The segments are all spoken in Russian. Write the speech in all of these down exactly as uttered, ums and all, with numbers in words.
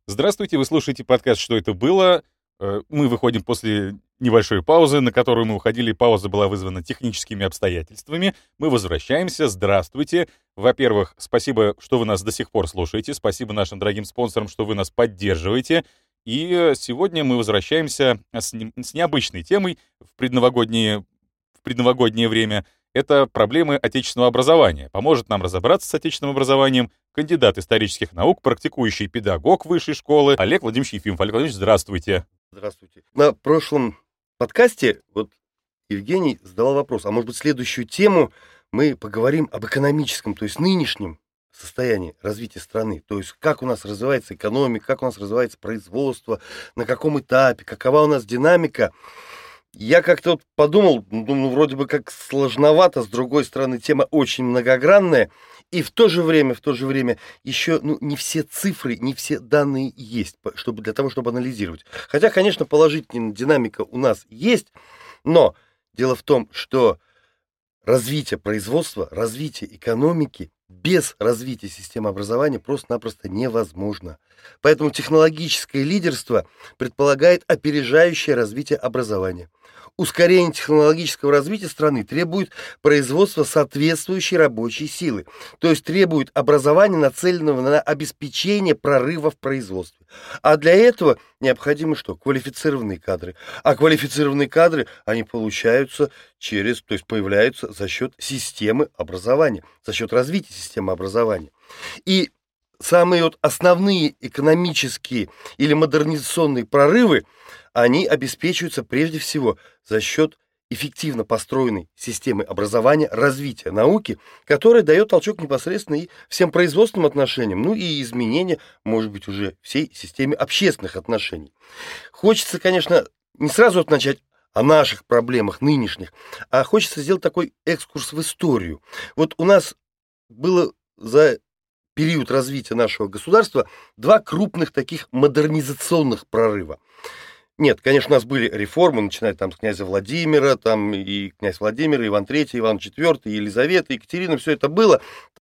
Здравствуйте, вы слушаете подкаст «Что это было?». Э, Мы выходим после небольшой паузы, на которую мы уходили. Пауза была вызвана техническими обстоятельствами. Мы возвращаемся. Здравствуйте. Во-первых, спасибо, что вы нас до сих пор слушаете. Спасибо нашим дорогим спонсорам, что вы нас поддерживаете. И э, сегодня мы возвращаемся с, не- с необычной темой в предновогоднее, в предновогоднее время. Это проблемы отечественного образования. Поможет нам разобраться с отечественным образованием кандидат исторических наук, практикующий педагог высшей школы Олег Владимирович Ефимов. Олег Владимирович, здравствуйте. Здравствуйте. На прошлом подкасте вот Евгений задавал вопрос, а может быть следующую тему мы поговорим об экономическом, то есть нынешнем состоянии развития страны, то есть как у нас развивается экономика, как у нас развивается производство, на каком этапе, какова у нас динамика. Я как-то вот подумал, ну, вроде бы как сложновато, с другой стороны, тема очень многогранная, и в то же время, в то же время еще ну, не все цифры, не все данные есть, чтобы, для того, чтобы анализировать. Хотя, конечно, положительная динамика у нас есть, но дело в том, что развитие производства, развитие экономики без развития системы образования просто-напросто невозможно. Поэтому технологическое лидерство предполагает опережающее развитие образования. Ускорение технологического развития страны требует производства соответствующей рабочей силы, то есть требует образования, нацеленного на обеспечение прорыва в производстве. А для этого необходимы что? Квалифицированные кадры. А квалифицированные кадры, они получаются через, то есть появляются за счет системы образования, за счет развития системы образования. И самые вот основные экономические или модернизационные прорывы, они обеспечиваются прежде всего за счет эффективно построенной системы образования, развития науки, которая дает толчок непосредственно и всем производственным отношениям, ну и изменения, может быть, уже всей системе общественных отношений. Хочется, конечно, не сразу вот начать о наших проблемах нынешних, а хочется сделать такой экскурс в историю. Вот у нас было за период развития нашего государства два крупных таких модернизационных прорыва. Нет, конечно, у нас были реформы, начиная там с князя Владимира, там и князь Владимир, и Иван Третий, Иван Четвертый, Елизавета, Екатерина, все это было.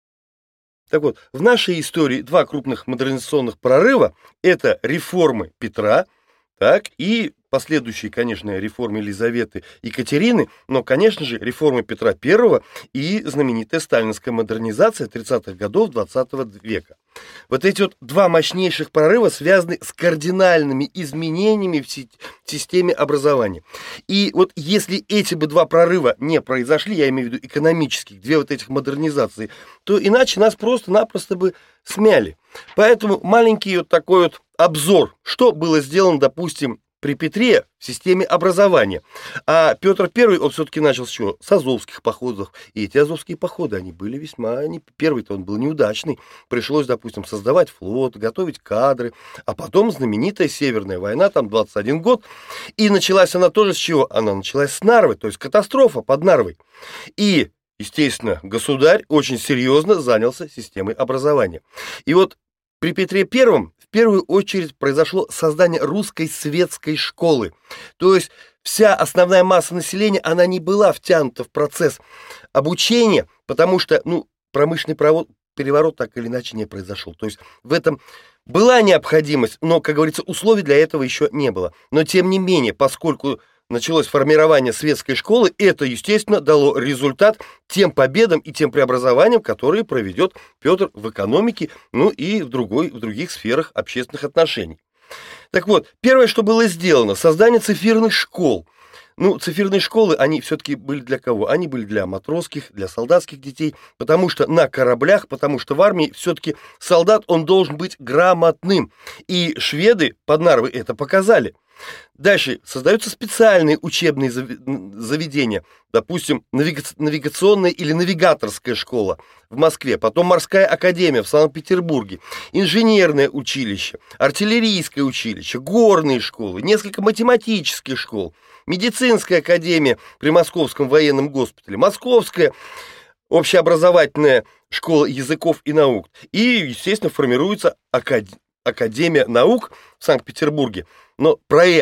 Так вот, в нашей истории два крупных модернизационных прорыва – это реформы Петра, так, и последующие, конечно, реформы Елизаветы и Екатерины, но, конечно же, реформы Петра Первого и знаменитая сталинская модернизация тридцатых годов двадцатого века. Вот эти вот два мощнейших прорыва связаны с кардинальными изменениями в системе образования. И вот если эти бы два прорыва не произошли, я имею в виду экономических, две вот этих модернизации, то иначе нас просто-напросто бы смяли. Поэтому маленький вот такой вот обзор, что было сделано, допустим, при Петре в системе образования. А Петр Первый, он все-таки начал с чего? С азовских походов. И эти азовские походы, они были весьма... Они, первый-то он был неудачный. Пришлось, допустим, создавать флот, готовить кадры. А потом знаменитая Северная война, там двадцать один год. И началась она тоже с чего? Она началась с Нарвы, то есть катастрофа под Нарвой. И, естественно, государь очень серьезно занялся системой образования. И вот при Петре Первом в первую очередь произошло создание русской светской школы. То есть вся основная масса населения, она не была втянута в процесс обучения, потому что ну, промышленный провод, переворот так или иначе не произошел. То есть в этом была необходимость, но, как говорится, условий для этого еще не было. Но тем не менее, поскольку началось формирование светской школы, это, естественно, дало результат тем победам и тем преобразованиям, которые проведет Петр в экономике, ну и в, другой, в других сферах общественных отношений. Так вот, первое, что было сделано, создание цифирных школ. Ну, цифирные школы, они все-таки были для кого? Они были для матросских, для солдатских детей, потому что на кораблях, потому что в армии все-таки солдат, он должен быть грамотным. И шведы под Нарвой это показали. Дальше создаются специальные учебные заведения, допустим, навигационная или навигаторская школа в Москве, потом морская академия в Санкт-Петербурге, инженерное училище, артиллерийское училище, горные школы, несколько математических школ, медицинская академия при Московском военном госпитале, московская общеобразовательная школа языков и наук. И, естественно, формируется академия. Академия наук в Санкт-Петербурге. Но проект,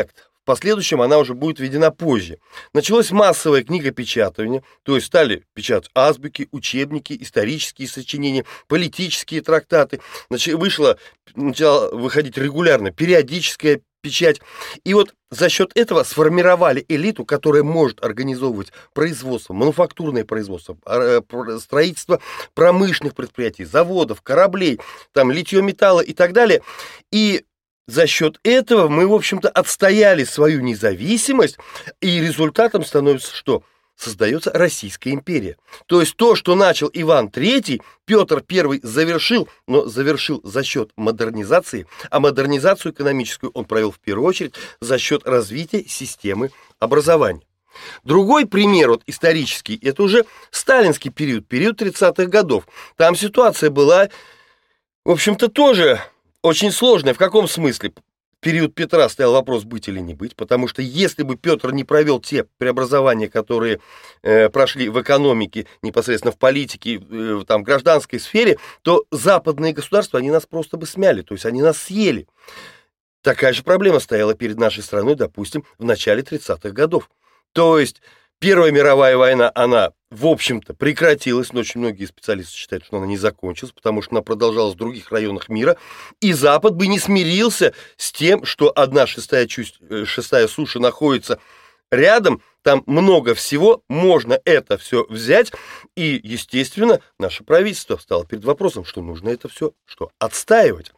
последующем она уже будет введена позже. Началось массовое книгопечатывание, то есть стали печатать азбуки, учебники, исторические сочинения, политические трактаты. Значит, вышло, начала выходить регулярно периодическая печать. И вот за счет этого сформировали элиту, которая может организовывать производство, мануфактурное производство, строительство промышленных предприятий, заводов, кораблей, там, литье металла и так далее. И за счет этого мы, в общем-то, отстояли свою независимость, и результатом становится что? Создается Российская империя. То есть то, что начал Иван Третий, Петр Первый завершил, но завершил за счет модернизации, а модернизацию экономическую он провел в первую очередь за счет развития системы образования. Другой пример вот, исторический, это уже сталинский период, период тридцатых годов. Там ситуация была, в общем-то, тоже очень сложная. В каком смысле? В период Петра стоял вопрос, быть или не быть, потому что если бы Петр не провел те преобразования, которые э, прошли в экономике, непосредственно в политике, э, там, в гражданской сфере, то западные государства, они нас просто бы смяли, то есть они нас съели. Такая же проблема стояла перед нашей страной, допустим, в начале тридцатых годов. То есть Первая мировая война, она, в общем-то, прекратилась, но очень многие специалисты считают, что она не закончилась, потому что она продолжалась в других районах мира, и Запад бы не смирился с тем, что одна шестая, чусть, шестая суши находится рядом, там много всего, можно это все взять, и, естественно, наше правительство стало перед вопросом, что нужно это все что, отстаивать.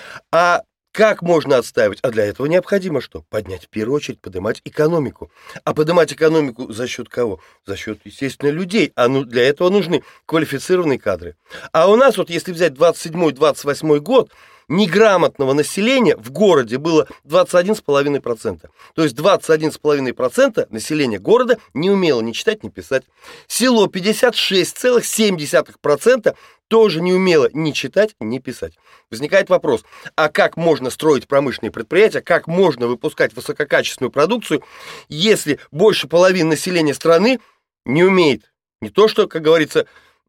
А как можно отстаивать? А для этого необходимо что? Поднять в первую очередь, поднимать экономику. А поднимать экономику за счет кого? За счет, естественно, людей. А ну, для этого нужны квалифицированные кадры. А у нас вот, если взять двадцать седьмой - двадцать восьмой год, неграмотного населения в городе было двадцать один целых пять десятых процента. То есть двадцать один целых пять десятых процента населения города не умело ни читать, ни писать. Село пятьдесят шесть целых семь десятых процента тоже не умело ни читать, ни писать. Возникает вопрос, а как можно строить промышленные предприятия, как можно выпускать высококачественную продукцию, если больше половины населения страны не умеет, не то что, как говорится,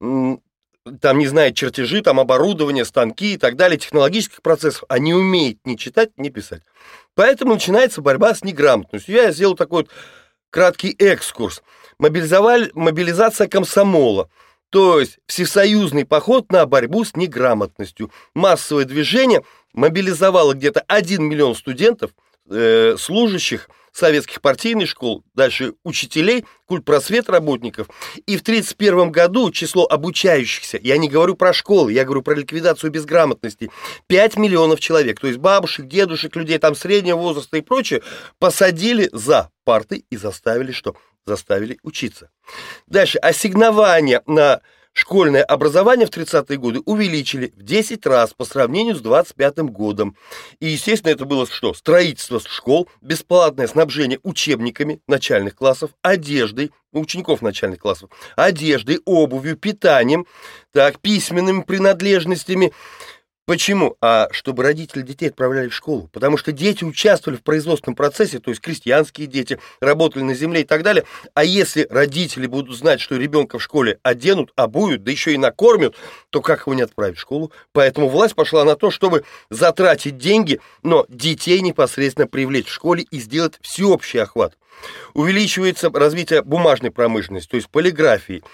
там не знает чертежи, там оборудование, станки и так далее, технологических процессов, а не умеет ни читать, ни писать. Поэтому начинается борьба с неграмотностью. Я сделал такой вот краткий экскурс. Мобилизовали, мобилизация комсомола. То есть всесоюзный поход на борьбу с неграмотностью. Массовое движение мобилизовало где-то один миллион студентов, э, служащих советских партийных школ, дальше учителей, культпросвет работников. И в тридцать первом году число обучающихся, я не говорю про школы, я говорю про ликвидацию безграмотности, пять миллионов человек, то есть бабушек, дедушек, людей там среднего возраста и прочее, посадили за парты и заставили что? Заставили учиться. Дальше, ассигнования на школьное образование в тридцатые годы увеличили в десять раз по сравнению с двадцать пятым годом. И, естественно, это было что? Строительство школ, бесплатное снабжение учебниками начальных классов, одеждой, учеников начальных классов, одеждой, обувью, питанием, так, письменными принадлежностями. Почему? А чтобы родители детей отправляли в школу. Потому что дети участвовали в производственном процессе, то есть крестьянские дети, работали на земле и так далее. А если родители будут знать, что ребенка в школе оденут, обуют, да еще и накормят, то как его не отправить в школу? Поэтому власть пошла на то, чтобы затратить деньги, но детей непосредственно привлечь в школе и сделать всеобщий охват. Увеличивается развитие бумажной промышленности, то есть полиграфии.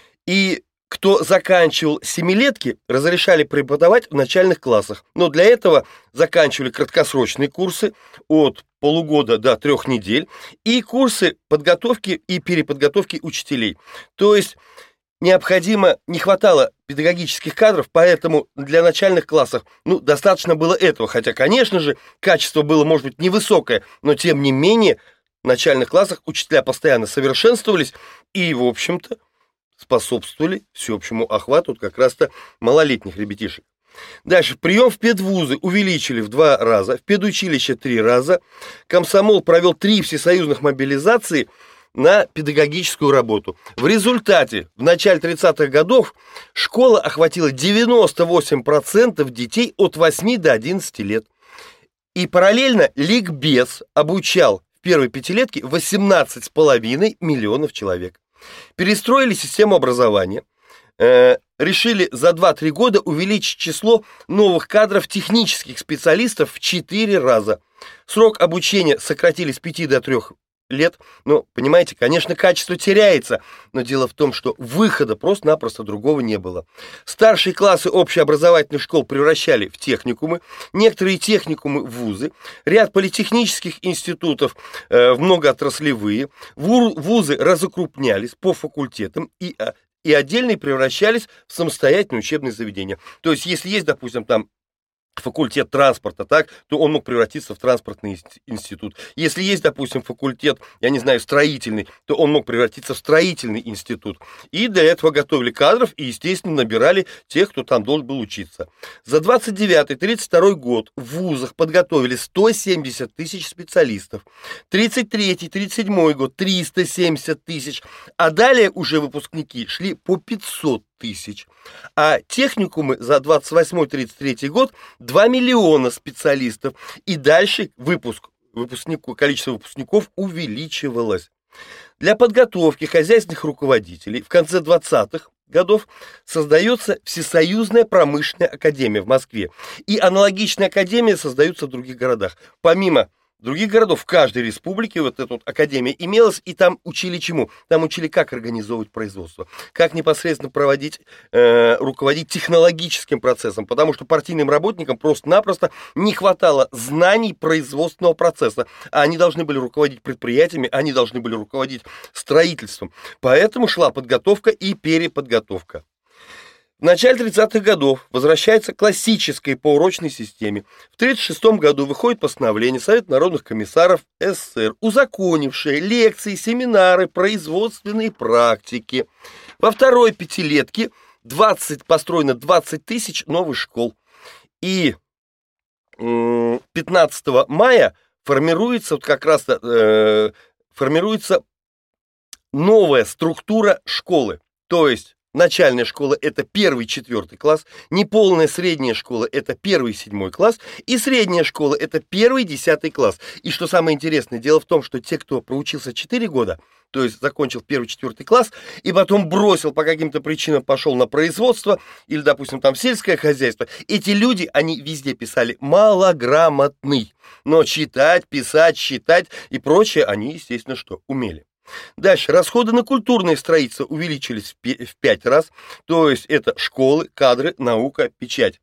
И кто заканчивал семилетки, разрешали преподавать в начальных классах. Но для этого заканчивали краткосрочные курсы от полугода до трех недель и курсы подготовки и переподготовки учителей. То есть необходимо, не хватало педагогических кадров, поэтому для начальных классов ну, достаточно было этого. Хотя, конечно же, качество было, может быть, невысокое, но тем не менее в начальных классах учителя постоянно совершенствовались и, в общем-то, способствовали всеобщему охвату как раз-то малолетних ребятишек. Дальше. Прием в педвузы увеличили в два раза, в педучилище три раза. Комсомол провел три всесоюзных мобилизации на педагогическую работу. В результате в начале тридцатых годов школа охватила девяносто восемь процентов детей от восьми до одиннадцати лет. И параллельно ликбез обучал в первой пятилетке восемнадцать с половиной миллионов человек. Перестроили систему образования, э, решили за два-три года увеличить число новых кадров технических специалистов в четыре раза. Срок обучения сократили с пяти до трёх лет. Ну, понимаете, конечно, качество теряется, но дело в том, что выхода просто-напросто другого не было. Старшие классы общеобразовательных школ превращали в техникумы, некоторые техникумы в вузы, ряд политехнических институтов э, в многоотраслевые, вузы разукрупнялись по факультетам и, и отдельные превращались в самостоятельные учебные заведения. То есть, если есть, допустим, там факультет транспорта, так, то он мог превратиться в транспортный институт. Если есть, допустим, факультет, я не знаю, строительный, то он мог превратиться в строительный институт. И для этого готовили кадров и, естественно, набирали тех, кто там должен был учиться. За двадцать девятый — тридцать второй год в вузах подготовили сто семьдесят тысяч специалистов. тридцать третий — тридцать седьмой год триста семьдесят тысяч. А далее уже выпускники шли по пятьсот тысяч. А техникумы за двадцать восьмой — тридцать третий год два миллиона специалистов. И дальше выпуск, выпускнику, количество выпускников увеличивалось. Для подготовки хозяйственных руководителей в конце двадцатых годов создается Всесоюзная промышленная академия в Москве. И аналогичные академии создаются в других городах. Помимо других городов, в каждой республике вот эта вот академия имелась, и там учили чему? Там учили, как организовывать производство, как непосредственно проводить, э, руководить технологическим процессом, потому что партийным работникам просто-напросто не хватало знаний производственного процесса, а они должны были руководить предприятиями, они должны были руководить строительством. Поэтому шла подготовка и переподготовка. В начале тридцатых годов возвращается к классической поурочной системе. В тридцать шестом году выходит постановление Совета народных комиссаров СССР, узаконившее лекции, семинары, производственные практики. Во второй пятилетке двадцать, построено двадцать тысяч новых школ. И пятнадцатого мая формируется, вот как раз э, формируется новая структура школы. То есть начальная школа – это первый, четвертый класс, неполная средняя школа – это первый, седьмой класс, и средняя школа – это первый, десятый класс. И что самое интересное, дело в том, что те, кто проучился четыре года, то есть закончил первый, четвертый класс, и потом бросил по каким-то причинам, пошел на производство, или, допустим, там сельское хозяйство, эти люди, они везде писали «малограмотный», но читать, писать, считать и прочее они, естественно, что умели. Дальше. Расходы на культурное строительство увеличились в пять раз. То есть это школы, кадры, наука, печать.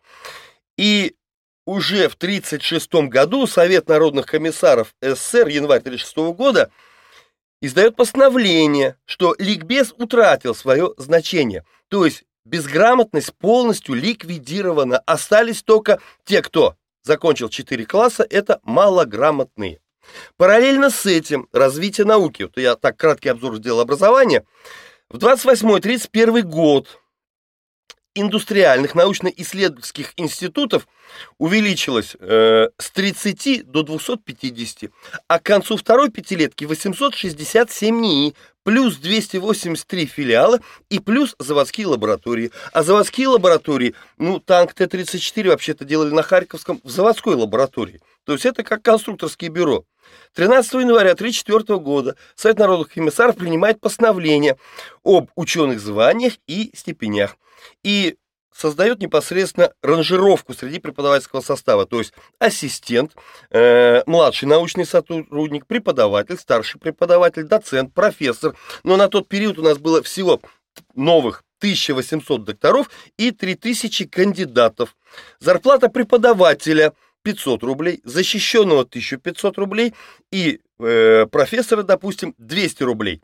И уже в тридцать шестом году Совет народных комиссаров СССР, январь тридцать шестого года, издает постановление, что ликбез утратил свое значение. То есть безграмотность полностью ликвидирована. Остались только те, кто закончил четыре класса, это малограмотные. Параллельно с этим развитие науки, вот я так краткий обзор сделал образования, в двадцать восьмой — тридцать первый год индустриальных научно-исследовательских институтов увеличилось э, с тридцати до двухсот пятидесяти, а к концу второй пятилетки восемьсот шестьдесят семь НИИ, плюс двести восемьдесят три филиала и плюс заводские лаборатории. А заводские лаборатории, ну, танк Т тридцать четыре вообще-то делали на Харьковском в заводской лаборатории. То есть это как конструкторское бюро. тринадцатого января тридцать четвёртого года Совет народных комиссаров принимает постановление об ученых званиях и степенях и создает непосредственно ранжировку среди преподавательского состава, то есть ассистент, э, младший научный сотрудник, преподаватель, старший преподаватель, доцент, профессор. Но на тот период у нас было всего новых тысяча восемьсот докторов и три тысячи кандидатов. Зарплата преподавателя пятьсот рублей, защищенного тысяча пятьсот рублей и э, профессора, допустим, двести рублей.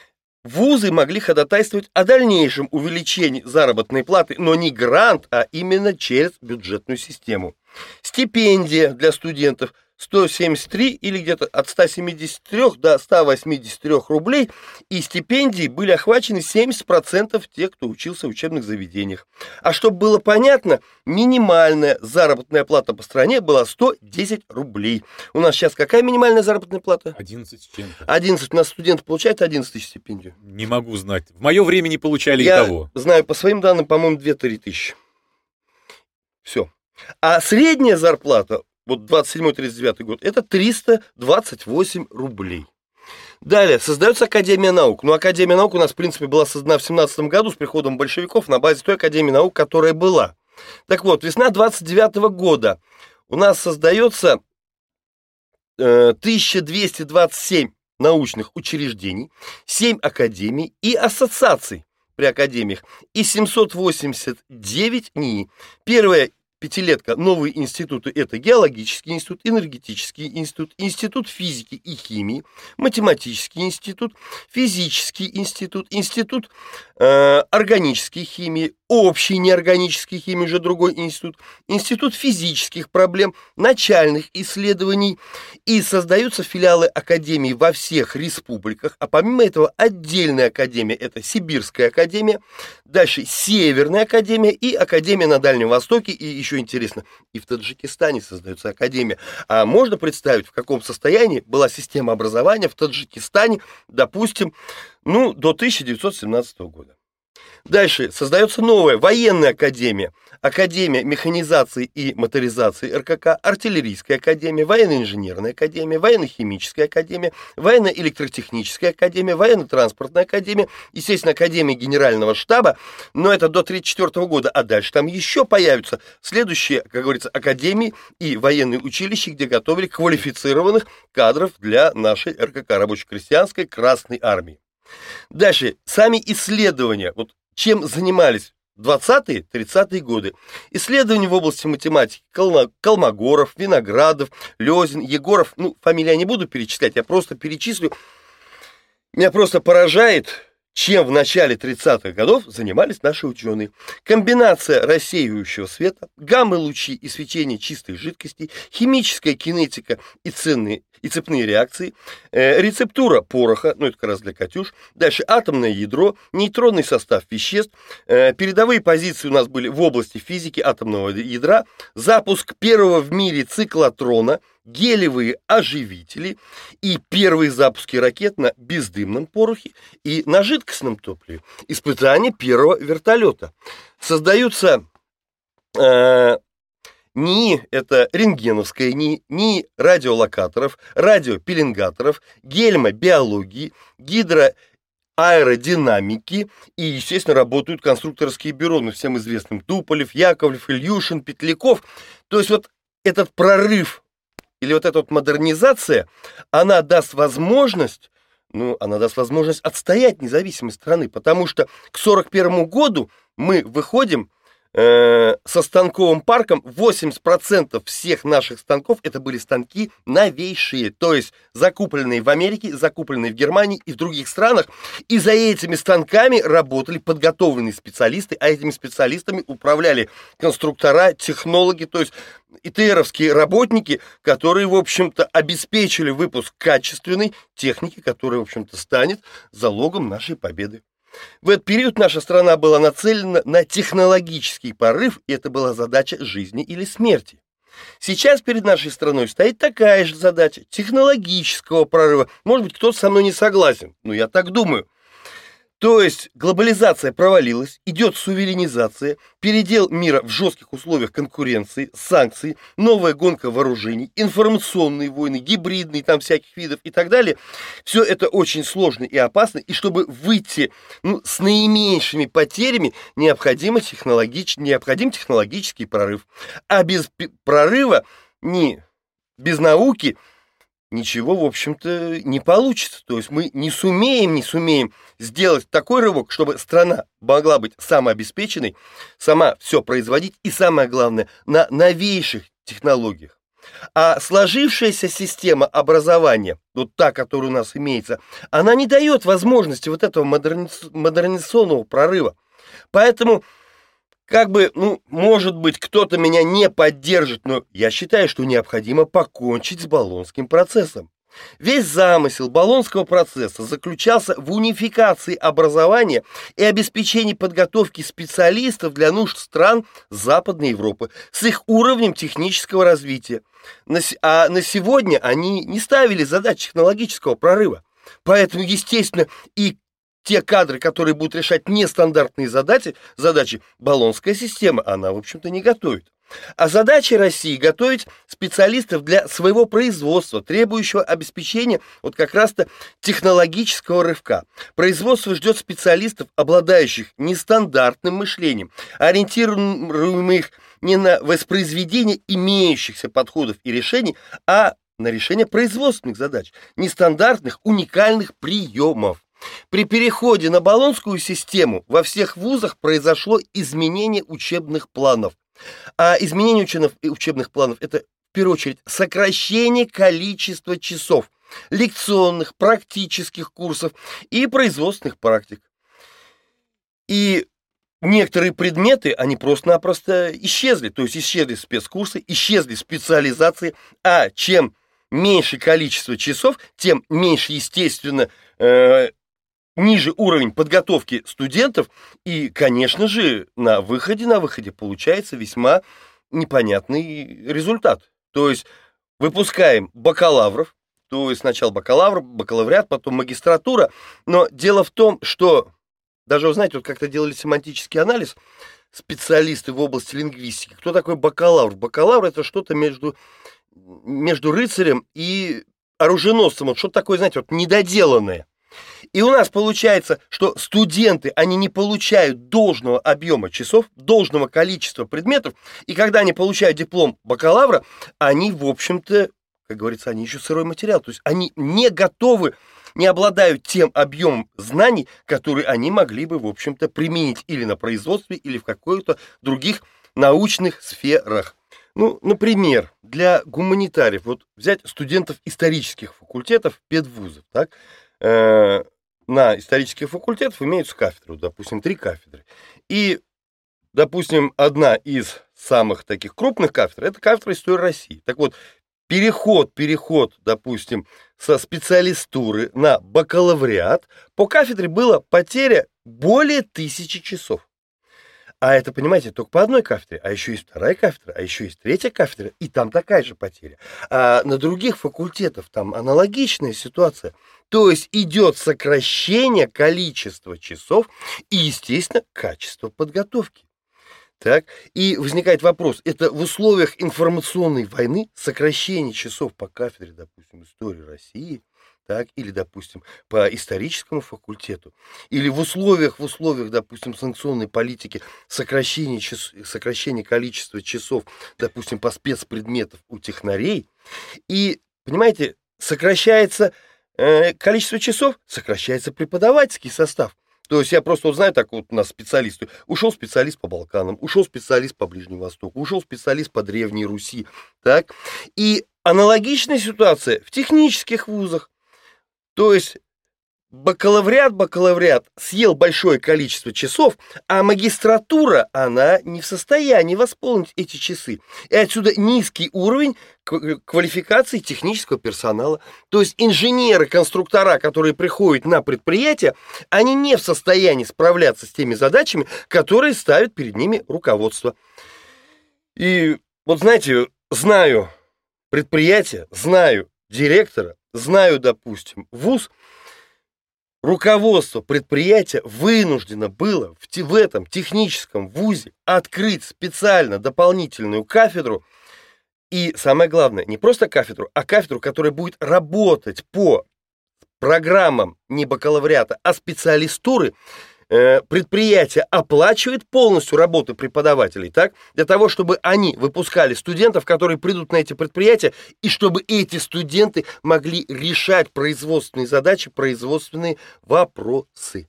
Вузы могли ходатайствовать о дальнейшем увеличении заработной платы, но не грант, а именно через бюджетную систему. Стипендия для студентов сто семьдесят три или где-то от ста семидесяти трёх до ста восьмидесяти трёх рублей, и стипендии были охвачены семьдесят процентов тех, кто учился в учебных заведениях. А чтобы было понятно, минимальная заработная плата по стране была сто десять рублей. У нас сейчас какая минимальная заработная плата? одиннадцать с чем-то. одиннадцать. У нас студенты получают одиннадцать тысяч стипендию. Не могу знать. В мое время не получали Я и того. знаю, по своим данным, по-моему, две-три тысячи. Все. А средняя зарплата вот двадцать седьмой — тридцать девятый год, это триста двадцать восемь рублей. Далее, создается Академия наук. Ну, Академия наук у нас, в принципе, была создана в семнадцатом году с приходом большевиков на базе той Академии наук, которая была. Так вот, весна двадцать девятого года у нас создается э, тысяча двести двадцать семь научных учреждений, семь академий и ассоциаций при академиях и семьсот восемьдесят девять НИИ. Первая пятилетка, новые институты — это геологический институт, энергетический институт, институт физики и химии, математический институт, физический институт, институт э, органической химии, общей неорганической химии, уже другой институт, институт физических проблем, начальных исследований, и создаются филиалы академий во всех республиках, а помимо этого отдельная академия — это Сибирская академия, дальше Северная академия и Академия на Дальнем Востоке, и еще интересно, и в Таджикистане создается академия. А можно представить, в каком состоянии была система образования в Таджикистане, допустим, ну, до тысяча девятьсот семнадцатого года. Дальше создается новая военная академия, Академия механизации и моторизации РКК, артиллерийская академия, военно-инженерная академия, военно-химическая академия, военно-электротехническая академия, военно-транспортная академия, естественно, Академия Генерального штаба, но это до тридцать четвёртого года, а дальше там еще появятся следующие, как говорится, академии и военные училища, где готовили квалифицированных кадров для нашей РКК, рабоче-крестьянской Красной Армии. Дальше, сами исследования, вот чем занимались двадцатые-тридцатые годы. Исследования в области математики Колмогоров, Виноградов, Лёзин, Егоров, ну, фамилии я не буду перечислять, я просто перечислю. Меня просто поражает, чем в начале тридцатых годов занимались наши ученые. Комбинация рассеивающего света, гамма-лучи и свечение чистой жидкости, химическая кинетика и ценные и цепные реакции, э, рецептура пороха, ну это как раз для «Катюш», дальше атомное ядро, нейтронный состав веществ, э, передовые позиции у нас были в области физики атомного ядра, запуск первого в мире циклотрона, гелиевые оживители и первые запуски ракет на бездымном порохе и на жидкостном топливе, испытание первого вертолета. Создаются э, НИИ, это рентгеновская НИИ, НИИ радиолокаторов, радиопеленгаторов, гельмобиологии, гидроаэродинамики и, естественно, работают конструкторские бюро, ну, всем известным Туполев, Яковлев, Ильюшин, Петляков. То есть вот этот прорыв или вот эта вот модернизация, она даст возможность, ну, она даст возможность отстоять независимость страны, потому что к сорок первому году мы выходим э, со станковым парком, восемьдесят процентов всех наших станков это были станки новейшие, то есть закупленные в Америке, закупленные в Германии и в других странах, и за этими станками работали подготовленные специалисты, а этими специалистами управляли конструктора, технологи, то есть ИТРовские работники, которые, в общем-то, обеспечили выпуск качественной техники, которая, в общем-то, станет залогом нашей победы. В этот период наша страна была нацелена на технологический порыв, и это была задача жизни или смерти. Сейчас перед нашей страной стоит такая же задача технологического прорыва. Может быть, кто-то со мной не согласен, но я так думаю. То есть глобализация провалилась, идет суверенизация, передел мира в жестких условиях конкуренции, санкций, новая гонка вооружений, информационные войны, гибридные там всяких видов и так далее. Все это очень сложно и опасно, и чтобы выйти, ну, с наименьшими потерями, необходим, технологич... необходим технологический прорыв. А без прорыва, не, без науки, ничего, в общем-то, не получится. То есть мы не сумеем, не сумеем сделать такой рывок, чтобы страна могла быть самообеспеченной, сама все производить и, самое главное, на новейших технологиях. А сложившаяся система образования, вот та, которая у нас имеется, она не дает возможности вот этого модерниз... модернизационного прорыва. Поэтому, как бы, ну, может быть, кто-то меня не поддержит, но я считаю, что необходимо покончить с Болонским процессом. Весь замысел Болонского процесса заключался в унификации образования и обеспечении подготовки специалистов для нужд стран Западной Европы с их уровнем технического развития. А на сегодня они не ставили задач технологического прорыва. Поэтому, естественно, и те кадры, которые будут решать нестандартные задачи, задачи Болонская система, она, в общем-то, не готовит. А задача России — готовить специалистов для своего производства, требующего обеспечения вот как раз-то технологического рывка. Производство ждет специалистов, обладающих нестандартным мышлением, ориентируемых не на воспроизведение имеющихся подходов и решений, а на решение производственных задач, нестандартных, уникальных приемов. При переходе на Болонскую систему во всех вузах произошло изменение учебных планов. А изменение учебных, учебных планов – это, в первую очередь, сокращение количества часов лекционных, практических курсов и производственных практик. И некоторые предметы, они просто-напросто исчезли. То есть исчезли спецкурсы, исчезли специализации. А чем меньше количество часов, тем меньше, естественно, э, ниже уровень подготовки студентов, и, конечно же, на выходе, на выходе получается весьма непонятный результат. То есть выпускаем бакалавров, то есть сначала бакалавр, бакалавриат, потом магистратура, но дело в том, что, даже, вы знаете, вот как-то делали семантический анализ специалисты в области лингвистики. Кто такой бакалавр? Бакалавр — это что-то между, между рыцарем и оруженосцем, вот что-то такое, знаете, вот недоделанное. И у нас получается, что студенты, они не получают должного объема часов, должного количества предметов, и когда они получают диплом бакалавра, они, в общем-то, как говорится, они еще сырой материал, то есть они не готовы, не обладают тем объемом знаний, которые они могли бы, в общем-то, применить или на производстве, или в каких-то других научных сферах. Ну, например, для гуманитариев, вот взять студентов исторических факультетов, педвузов, так, на исторических факультетах имеются кафедры, допустим, три кафедры. И, допустим, одна из самых таких крупных кафедр — это кафедра истории России. Так вот, переход, переход, допустим, со специалистуры на бакалавриат, по кафедре была потеря более тысячи часов. А это, понимаете, только по одной кафедре, а еще есть вторая кафедра, а еще есть третья кафедра, и там такая же потеря. А на других факультетах там аналогичная ситуация. То есть идет сокращение количества часов и, естественно, качество подготовки. Так? И возникает вопрос, это в условиях информационной войны сокращение часов по кафедре, допустим, истории России, так, или, допустим, по историческому факультету, или в условиях, в условиях, допустим, санкционной политики сокращение, час, сокращение количества часов, допустим, по спецпредметам у технарей, и, понимаете, сокращается э, количество часов, сокращается преподавательский состав. То есть я просто вот знаю, так вот у нас специалисты, ушел специалист по Балканам, ушел специалист по Ближнему Востоку, ушел специалист по Древней Руси, так, и аналогичная ситуация в технических вузах. То есть бакалавриат, бакалавриат съел большое количество часов, а магистратура, она не в состоянии восполнить эти часы. И отсюда низкий уровень квалификации технического персонала. То есть инженеры, конструктора, которые приходят на предприятие, они не в состоянии справляться с теми задачами, которые ставит перед ними руководство. И вот знаете, знаю предприятие, знаю директора, знаю, допустим, вуз, руководство предприятия вынуждено было в, в этом техническом вузе открыть специально дополнительную кафедру. И самое главное, не просто кафедру, а кафедру, которая будет работать по программам не бакалавриата, а специалистуры. Предприятие оплачивает полностью работу преподавателей, так, для того, чтобы они выпускали студентов, которые придут на эти предприятия, и чтобы эти студенты могли решать производственные задачи, производственные вопросы.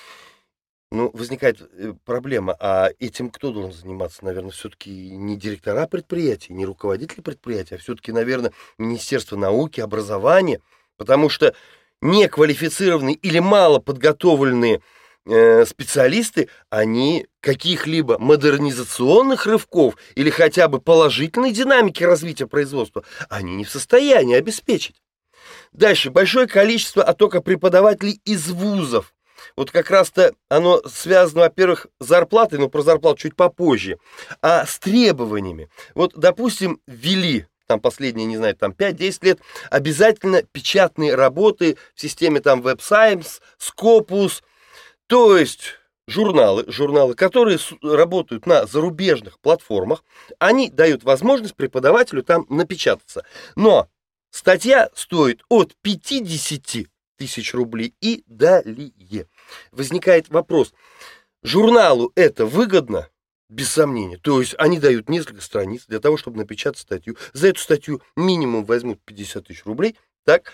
Ну, возникает проблема, а этим кто должен заниматься? Наверное, все-таки не директора предприятий, не руководители предприятия, а все-таки, наверное, Министерство науки, образования, потому что неквалифицированные или мало подготовленные специалисты, они каких-либо модернизационных рывков или хотя бы положительной динамики развития производства они не в состоянии обеспечить. Дальше. Большое количество оттока преподавателей из вузов. Вот как раз-то оно связано, во-первых, с зарплатой, но про зарплату чуть попозже, а с требованиями. Вот, допустим, ввели там последние, не знаю, там пять-десять лет обязательно печатные работы в системе там Web Science, Scopus. То есть журналы, журналы, которые работают на зарубежных платформах, они дают возможность преподавателю там напечататься. Но статья стоит от пятидесяти тысяч рублей и далее. Возникает вопрос, журналу это выгодно? Без сомнения. То есть они дают несколько страниц для того, чтобы напечатать статью. За эту статью минимум возьмут пятьдесят тысяч рублей, так?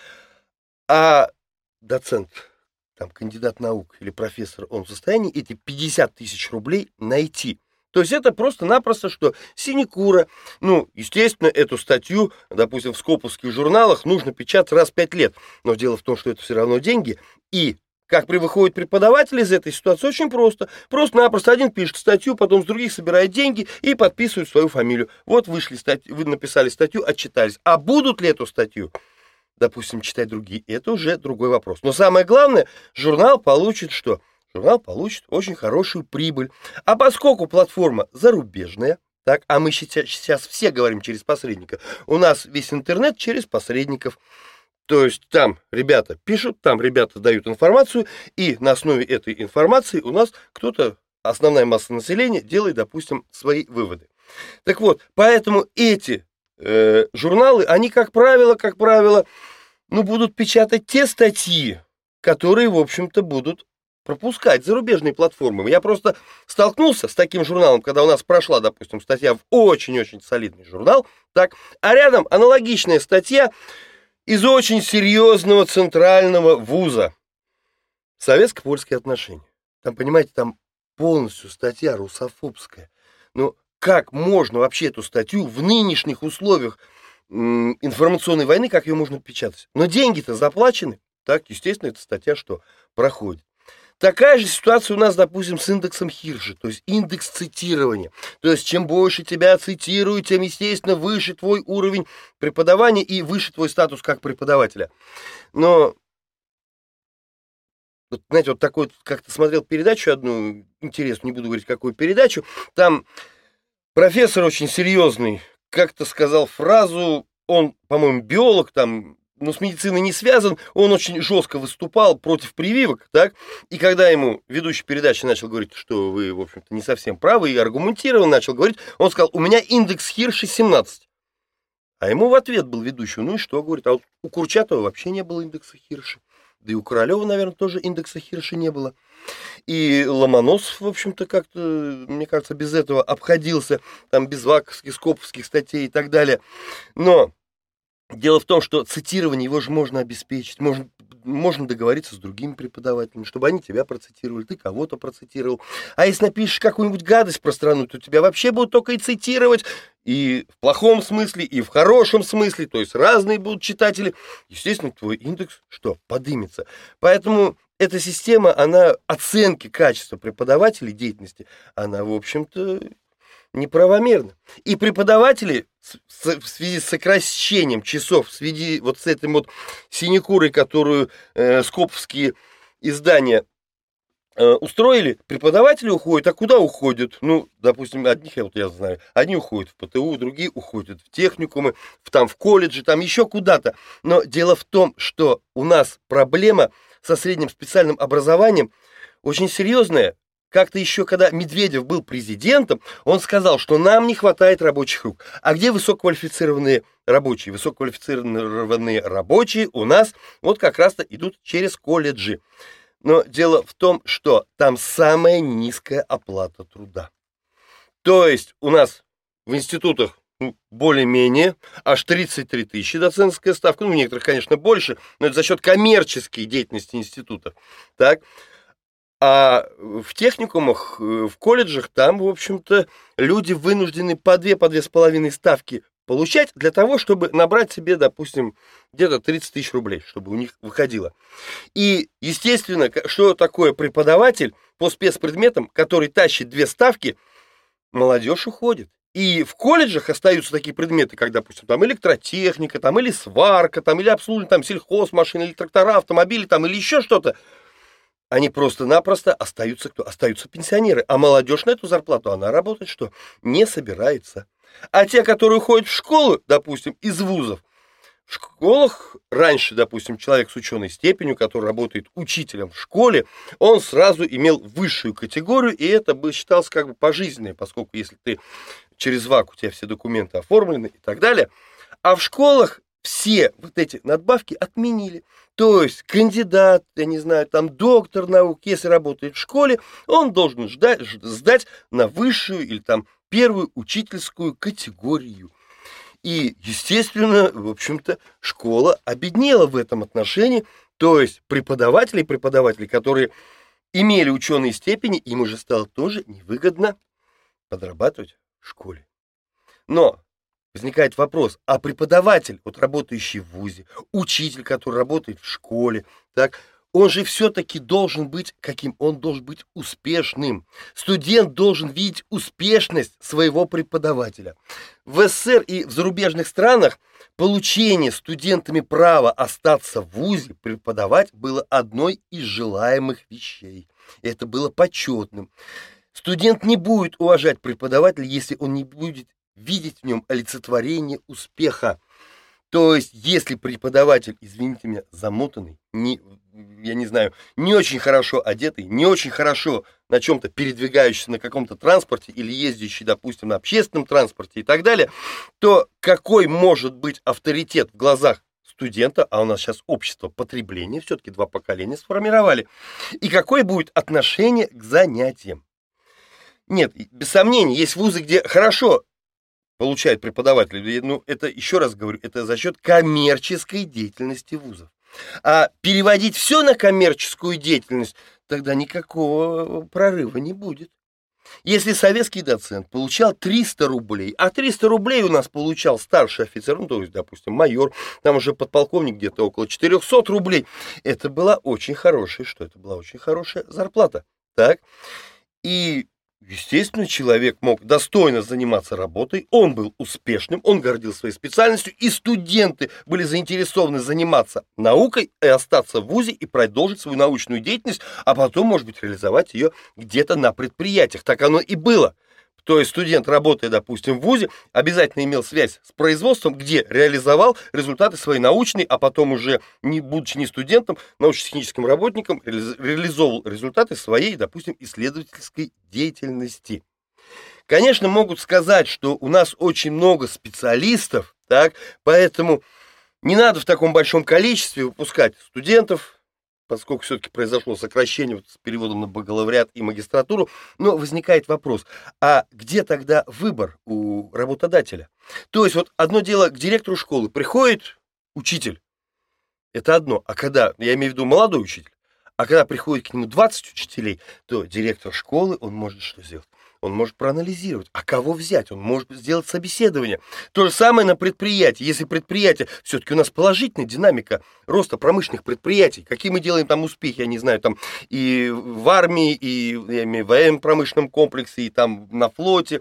А доцент, там, кандидат наук или профессор, он в состоянии эти пятьдесят тысяч рублей найти. То есть это просто-напросто, что синекура, ну, естественно, эту статью, допустим, в скоповских журналах нужно печатать раз в пять лет. Но дело в том, что это все равно деньги. И как выходит преподаватель из этой ситуации, очень просто. Просто-напросто один пишет статью, потом с других собирает деньги и подписывает свою фамилию. Вот вышли статью, вы написали статью, отчитались. А будут ли эту статью, допустим, читать другие, это уже другой вопрос. Но самое главное, журнал получит что? Журнал получит очень хорошую прибыль. А поскольку платформа зарубежная, так, а мы сейчас, сейчас все говорим через посредника, у нас весь интернет через посредников. То есть там ребята пишут, там ребята дают информацию, и на основе этой информации у нас кто-то, основная масса населения, делает, допустим, свои выводы. Так вот, поэтому эти э, журналы, они, как правило, как правило, ну, будут печатать те статьи, которые, в общем-то, будут пропускать зарубежные платформы. Я просто столкнулся с таким журналом, когда у нас прошла, допустим, статья в очень-очень солидный журнал, так, а рядом аналогичная статья из очень серьезного центрального вуза. Советско-польские отношения. Там, понимаете, там полностью статья русофобская. Ну, как можно вообще эту статью в нынешних условиях м, информационной войны, как ее можно печатать? Но деньги-то заплачены. Так, естественно, эта статья что? Проходит. Такая же ситуация у нас, допустим, с индексом Хирша, то есть индекс цитирования. То есть чем больше тебя цитируют, тем, естественно, выше твой уровень преподавания и выше твой статус как преподавателя. Но, вот, знаете, вот такой, как-то смотрел передачу одну, интересную, не буду говорить, какую передачу, там профессор очень серьезный как-то сказал фразу, он, по-моему, биолог, там, но с медициной не связан, он очень жестко выступал против прививок, так, и когда ему ведущий передачи начал говорить, что вы, в общем-то, не совсем правы, и аргументированно начал говорить, он сказал, у меня индекс Хирша семнадцать. А ему в ответ был ведущий, ну и что, говорит, а вот у Курчатова вообще не было индекса Хирша, да и у Королева, наверное, тоже индекса Хирша не было. И Ломоносов, в общем-то, как-то, мне кажется, без этого обходился, там, без ваковских, скоповских статей и так далее, но... Дело в том, что цитирование его же можно обеспечить, можно, можно договориться с другими преподавателями, чтобы они тебя процитировали, ты кого-то процитировал. А если напишешь какую-нибудь гадость про страну, то тебя вообще будут только и цитировать, и в плохом смысле, и в хорошем смысле, то есть разные будут читатели. Естественно, твой индекс что? Подымется. Поэтому эта система, она оценки качества преподавателей деятельности, она, в общем-то, неправомерно. И преподаватели в связи с сокращением часов, в связи вот с этой вот синекурой, которую э, скоповские издания э, устроили, преподаватели уходят. А куда уходят? Ну, допустим, одних я вот я знаю, одни уходят в ПТУ, другие уходят в техникумы, в, там в колледжи, там еще куда-то. Но дело в том, что у нас проблема со средним специальным образованием очень серьезная. Как-то еще, когда Медведев был президентом, он сказал, что нам не хватает рабочих рук. А где высококвалифицированные рабочие? Высококвалифицированные рабочие у нас вот как раз-то идут через колледжи. Но дело в том, что там самая низкая оплата труда. То есть у нас в институтах ну, более-менее аж тридцать три тысячи доцентская ставка. Ну, у некоторых, конечно, больше, но это за счет коммерческой деятельности института. Так. А в техникумах, в колледжах, там, в общем-то, люди вынуждены по две, по две с половиной ставки получать для того, чтобы набрать себе, допустим, где-то тридцать тысяч рублей, чтобы у них выходило. И, естественно, что такое преподаватель по спецпредметам, который тащит две ставки, молодежь уходит. И в колледжах остаются такие предметы, как, допустим, там электротехника, там или сварка, там или обслуживание, там сельхозмашины, или трактора, автомобили, там или еще что-то. Они просто-напросто остаются кто? Остаются пенсионеры. А молодежь на эту зарплату, она работать что? Не собирается. А те, которые ходят в школу, допустим, из вузов, в школах раньше, допустим, человек с ученой степенью, который работает учителем в школе, он сразу имел высшую категорию, и это бы считалось как бы пожизненное, поскольку если ты через ВАК, у тебя все документы оформлены и так далее. А в школах все вот эти надбавки отменили. То есть кандидат, я не знаю, там доктор наук, если работает в школе, он должен ждать, сдать на высшую или там первую учительскую категорию. И, естественно, в общем-то, школа обеднела в этом отношении. То есть преподаватели, преподаватели, которые имели ученые степени, им уже стало тоже невыгодно подрабатывать в школе. Но возникает вопрос, а преподаватель, вот работающий в вузе, учитель, который работает в школе, так, он же все-таки должен быть каким? Он должен быть успешным. Студент должен видеть успешность своего преподавателя. В СССР и в зарубежных странах получение студентами права остаться в вузе, преподавать, было одной из желаемых вещей. Это было почетным. Студент не будет уважать преподавателя, если он не будет видеть в нем олицетворение успеха. То есть, если преподаватель, извините меня, замотанный, не, я не знаю, не очень хорошо одетый, не очень хорошо на чем-то передвигающийся на каком-то транспорте или ездящий, допустим, на общественном транспорте и так далее, то какой может быть авторитет в глазах студента, а у нас сейчас общество потребления, все-таки два поколения сформировали, и какое будет отношение к занятиям? Нет, без сомнений, есть вузы, где хорошо получают преподаватели, ну, это, еще раз говорю, это за счет коммерческой деятельности вузов. А переводить все на коммерческую деятельность, тогда никакого прорыва не будет. Если советский доцент получал триста рублей, а триста рублей у нас получал старший офицер, ну, то есть, допустим, майор, там уже подполковник где-то около четыреста рублей, это была очень хорошая, что это была очень хорошая зарплата, так? И естественно, человек мог достойно заниматься работой, он был успешным, он гордился своей специальностью, и студенты были заинтересованы заниматься наукой и остаться в вузе и продолжить свою научную деятельность, а потом, может быть, реализовать ее где-то на предприятиях. Так оно и было. То есть студент, работая, допустим, в вузе, обязательно имел связь с производством, где реализовал результаты своей научной, а потом уже, не будучи не студентом, научно-техническим работником, реализовал результаты своей, допустим, исследовательской деятельности. Конечно, могут сказать, что у нас очень много специалистов, так, поэтому не надо в таком большом количестве выпускать студентов, поскольку все-таки произошло сокращение вот с переводом на бакалавриат и магистратуру, но возникает вопрос, а где тогда выбор у работодателя? То есть вот одно дело, к директору школы приходит учитель, это одно, а когда, я имею в виду молодой учитель, а когда приходит к нему двадцать учителей, то директор школы, он может что сделать? Он может проанализировать, а кого взять, он может сделать собеседование. То же самое на предприятии. Если предприятие, все-таки у нас положительная динамика роста промышленных предприятий, какие мы делаем там успехи, я не знаю, там и в армии, и я имею в военно-промышленном комплексе, и там на флоте,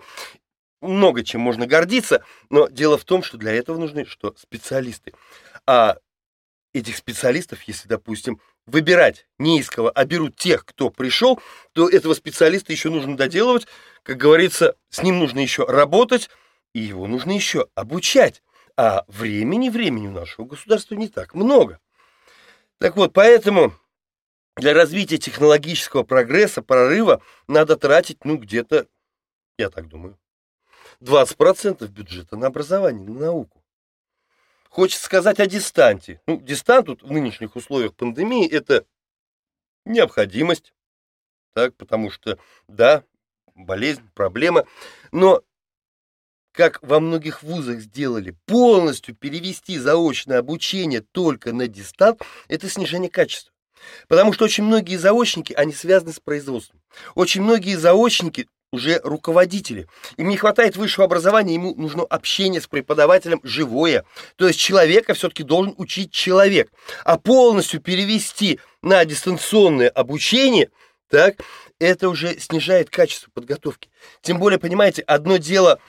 много чем можно гордиться, но дело в том, что для этого нужны что? Специалисты. А этих специалистов, если, допустим, выбирать не из кого, а берут тех, кто пришел, то этого специалиста еще нужно доделывать, как говорится, с ним нужно еще работать, и его нужно еще обучать. А времени, времени у нашего государства не так много. Так вот, поэтому для развития технологического прогресса, прорыва надо тратить, ну, где-то, я так думаю, двадцать процентов бюджета на образование, на науку. Хочется сказать о дистанте. Ну, дистант тут в нынешних условиях пандемии – это необходимость, так, потому что, да, болезнь, проблема, но, как во многих вузах сделали, полностью перевести заочное обучение только на дистант – это снижение качества. Потому что очень многие заочники, они связаны с производством. Очень многие заочники уже руководители. Им не хватает высшего образования, ему нужно общение с преподавателем живое. То есть человека все-таки должен учить человек. А полностью перевести на дистанционное обучение, так, это уже снижает качество подготовки. Тем более, понимаете, одно дело,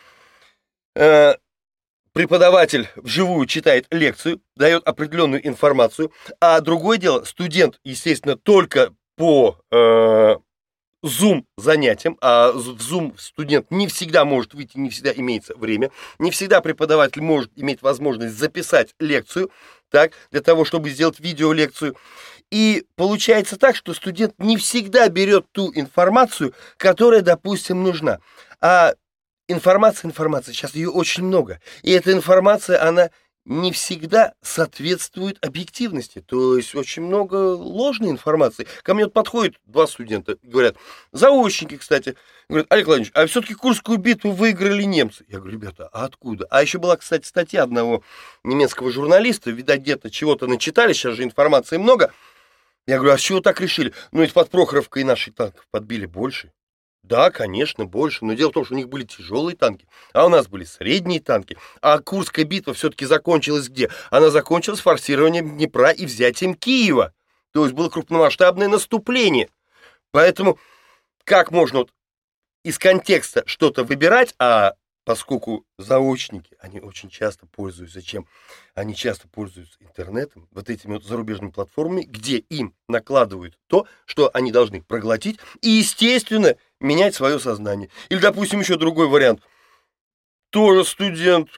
э, преподаватель вживую читает лекцию, дает определенную информацию, а другое дело, студент, естественно, только по... Э, Zoom занятиям, а в Zoom студент не всегда может выйти, не всегда имеется время, не всегда преподаватель может иметь возможность записать лекцию, так, для того, чтобы сделать видеолекцию. И получается так, что студент не всегда берет ту информацию, которая, допустим, нужна. А информация, информация, сейчас ее очень много. И эта информация, она не всегда соответствует объективности. То есть очень много ложной информации. Ко мне вот подходят два студента и говорят, заочники, кстати, говорят, Олег Владимирович, а все-таки Курскую битву выиграли немцы. Я говорю, ребята, а откуда? А еще была, кстати, статья одного немецкого журналиста, видать, где-то чего-то начитали, сейчас же информации много. Я говорю, а с чего так решили? Ну, ведь под Прохоровкой наши танков подбили больше. Да, конечно, больше, но дело в том, что у них были тяжелые танки, а у нас были средние танки. А Курская битва все-таки закончилась где? Она закончилась форсированием Днепра и взятием Киева. То есть было крупномасштабное наступление. Поэтому как можно вот из контекста что-то выбирать, а поскольку заочники, они очень часто пользуются чем? Они часто пользуются интернетом, вот этими вот зарубежными платформами, где им накладывают то, что они должны проглотить, и, естественно, менять свое сознание. Или, допустим, еще другой вариант. Тоже студент,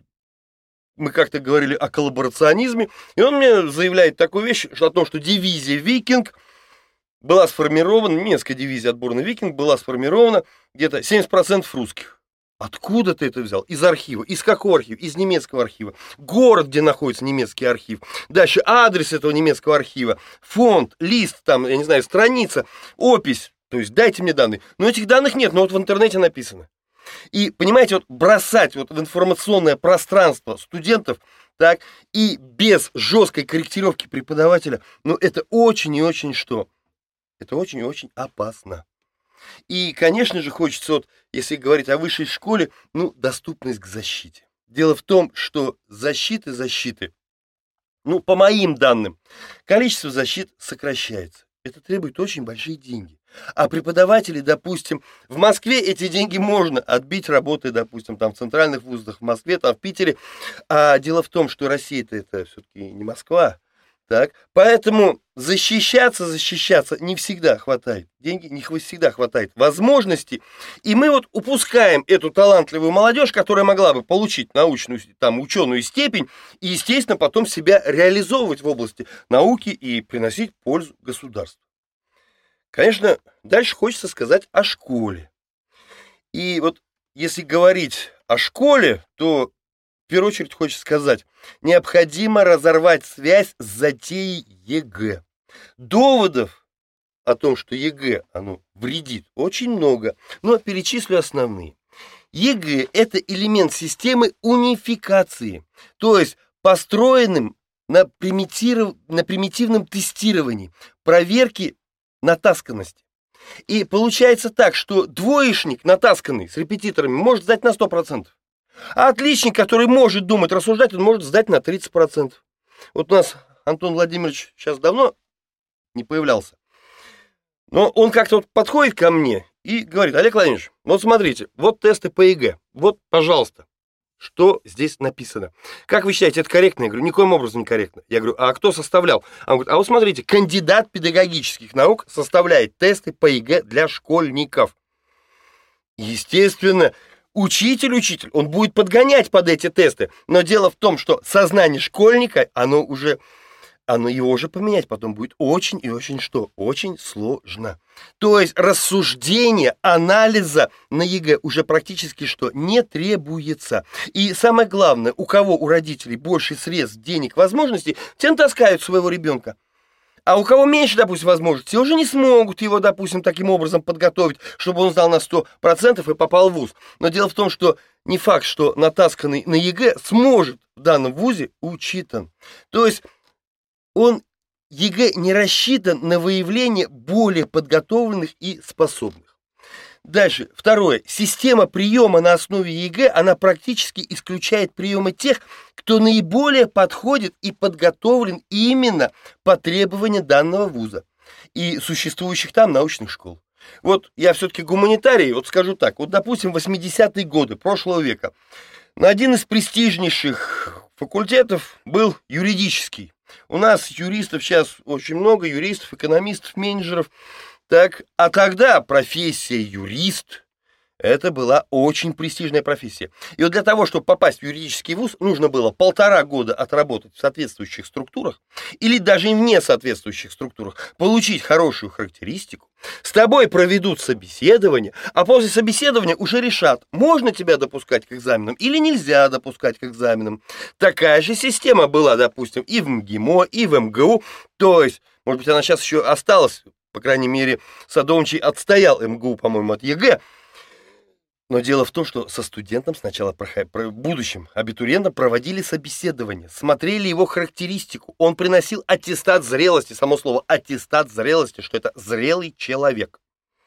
мы как-то говорили о коллаборационизме, и он мне заявляет такую вещь, что о том, что дивизия «Викинг» была сформирована, немецкая дивизия отборная «Викинг» была сформирована где-то семьдесят процентов русских. Откуда ты это взял? Из архива. Из какого архива? Из немецкого архива. Город, где находится немецкий архив. Дальше адрес этого немецкого архива. Фонд, лист, там, я не знаю, страница, опись. То есть дайте мне данные. Но этих данных нет, но вот в интернете написано. И, понимаете, вот бросать вот в информационное пространство студентов, так, и без жесткой корректировки преподавателя, ну, это очень и очень что? Это очень и очень опасно. И, конечно же, хочется, вот, если говорить о высшей школе, ну, доступность к защите. Дело в том, что защиты, защиты, ну, по моим данным, количество защит сокращается. Это требует очень большие деньги. А преподаватели, допустим, в Москве эти деньги можно отбить, работая, допустим, там в центральных вузах, в Москве, там в Питере. А дело в том, что Россия-то это все-таки не Москва. Так, поэтому защищаться, защищаться не всегда хватает. Деньги не всегда хватает возможностей. И мы вот упускаем эту талантливую молодежь, которая могла бы получить научную, там, ученую степень и, естественно, потом себя реализовывать в области науки и приносить пользу государству. Конечно, дальше хочется сказать о школе. И вот если говорить о школе, то в первую очередь хочется сказать, необходимо разорвать связь с затеей ЕГЭ. Доводов о том, что ЕГЭ оно вредит, очень много, но перечислю основные. ЕГЭ – это элемент системы унификации, то есть построенным на, примитив... на примитивном тестировании, проверке натасканности. И получается так, что двоечник, натасканный с репетиторами, может сдать на сто процентов. А отличник, который может думать, рассуждать, он может сдать на тридцать процентов. Вот у нас Антон Владимирович сейчас давно не появлялся. Но он как-то вот подходит ко мне и говорит, Олег Владимирович, вот смотрите, вот тесты по ЕГЭ. Вот, пожалуйста, что здесь написано. Как вы считаете, это корректно? Я говорю, никоим образом не корректно. Я говорю, а кто составлял? Он говорит, а вот смотрите, кандидат педагогических наук составляет тесты по ЕГЭ для школьников. Естественно, Учитель, учитель, он будет подгонять под эти тесты. Но дело в том, что сознание школьника, оно уже, оно его уже поменять потом будет очень и очень что? Очень сложно. То есть рассуждение, анализа на ЕГЭ уже практически что? Не требуется. И самое главное, у кого у родителей больше средств, денег, возможностей, тем таскают своего ребенка. А у кого меньше, допустим, возможностей, уже не смогут его, допустим, таким образом подготовить, чтобы он сдал на сто процентов и попал в вуз. Но дело в том, что не факт, что натасканный на ЕГЭ сможет в данном вузе учитан. То есть он, ЕГЭ не рассчитан на выявление более подготовленных и способных. Дальше, второе. Система приема на основе ЕГЭ, она практически исключает приемы тех, кто наиболее подходит и подготовлен именно по требованиям данного вуза и существующих там научных школ. Вот я все-таки гуманитарий, вот скажу так, вот допустим восьмидесятые годы прошлого века на один из престижнейших факультетов был юридический. У нас юристов сейчас очень много, юристов, экономистов, менеджеров. Так, а тогда профессия юрист — это была очень престижная профессия. И вот для того, чтобы попасть в юридический вуз, нужно было полтора года отработать в соответствующих структурах или даже и в несоответствующих структурах, получить хорошую характеристику, с тобой проведут собеседование, а после собеседования уже решат, можно тебя допускать к экзаменам или нельзя допускать к экзаменам. Такая же система была, допустим, и в МГИМО, и в МГУ, то есть, может быть, она сейчас еще осталась, по крайней мере, Садовничий отстоял МГУ, по-моему, от ЕГЭ. Но дело в том, что со студентом сначала, будущим абитуриентом, проводили собеседование, смотрели его характеристику. Он приносил аттестат зрелости, само слово аттестат зрелости, что это зрелый человек.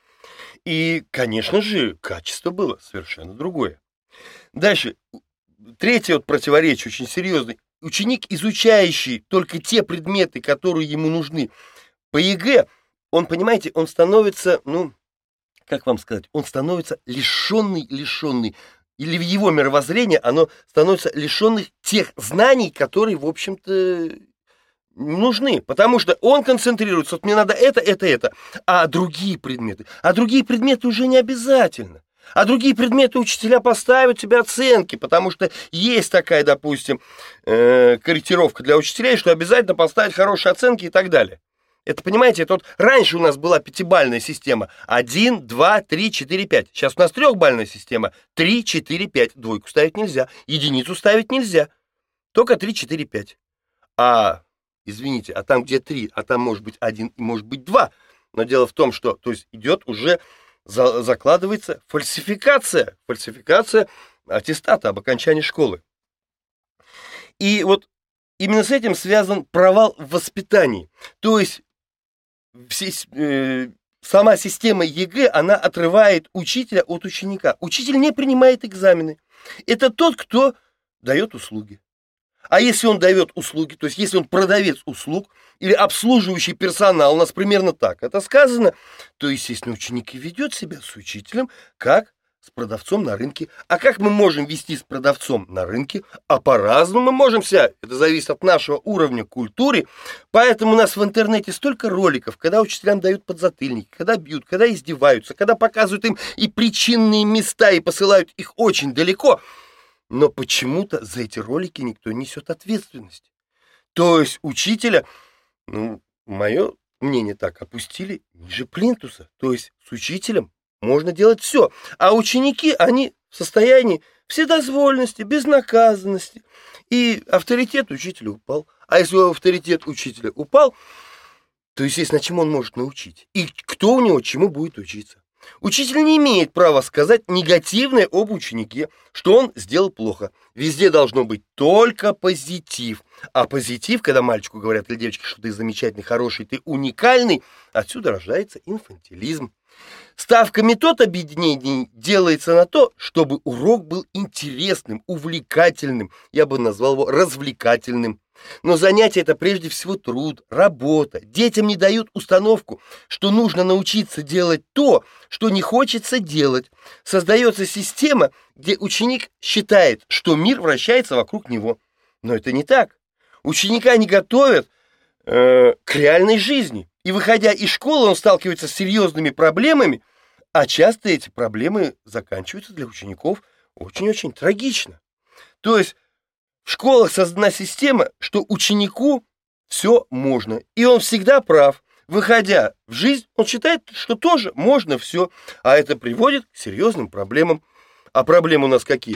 И, конечно же, качество было совершенно другое. Дальше, третье вот противоречие очень серьезное. Ученик, изучающий только те предметы, которые ему нужны по ЕГЭ, он, понимаете, он становится, ну, как вам сказать, он становится лишенный, лишенный, или в его мировоззрении оно становится лишенных тех знаний, которые, в общем-то, нужны. Потому что он концентрируется, вот мне надо это, это, это, а другие предметы, а другие предметы уже не обязательно. А другие предметы учителя поставят тебе оценки, потому что есть такая, допустим, э, корректировка для учителей, что обязательно поставить хорошие оценки и так далее. Это, понимаете, это вот раньше у нас была пятибалльная система. один, два, три, четыре, пять. Сейчас у нас трехбалльная система. три, четыре, пять. Двойку ставить нельзя. Единицу ставить нельзя. Только три, четыре, пять. А, извините, а там где три, а там может быть один и может быть два. Но дело в том, что то есть идет уже, за, закладывается фальсификация. Фальсификация аттестата об окончании школы. И вот именно с этим связан провал в воспитании. То есть Все, э, сама система ЕГЭ, она отрывает учителя от ученика. Учитель не принимает экзамены. Это тот, кто дает услуги. А если он дает услуги, то есть если он продавец услуг или обслуживающий персонал, у нас примерно так это сказано, то, естественно, ученик и ведет себя с учителем как с продавцом на рынке. А как мы можем вести с продавцом на рынке? А по-разному мы можем себя. Это зависит от нашего уровня культуры. Поэтому у нас в интернете столько роликов, когда учителям дают подзатыльники, когда бьют, когда издеваются, когда показывают им и причинные места, и посылают их очень далеко. Но почему-то за эти ролики никто не несет ответственность. То есть учителя, ну, мое мнение так, опустили ниже плинтуса. То есть с учителем можно делать все. А ученики, они в состоянии вседозволенности, безнаказанности. И авторитет учителя упал. А если авторитет учителя упал, то, естественно, чему он может научить? И кто у него чему будет учиться? Учитель не имеет права сказать негативное об ученике, что он сделал плохо. Везде должно быть только позитив. А позитив, когда мальчику говорят или девочке, что ты замечательный, хороший, ты уникальный, отсюда рождается инфантилизм. Ставка метод объединений делается на то, чтобы урок был интересным, увлекательным, я бы назвал его развлекательным. Но занятие это прежде всего труд, работа. Детям не дают установку, что нужно научиться делать то, что не хочется делать. Создается система, где ученик считает, что мир вращается вокруг него. Но это не так. Ученика не готовят э, к реальной жизни. И выходя из школы, он сталкивается с серьезными проблемами, а часто эти проблемы заканчиваются для учеников очень-очень трагично. То есть в школах создана система, что ученику все можно, и он всегда прав. Выходя в жизнь, он считает, что тоже можно все, а это приводит к серьезным проблемам. А проблемы у нас какие?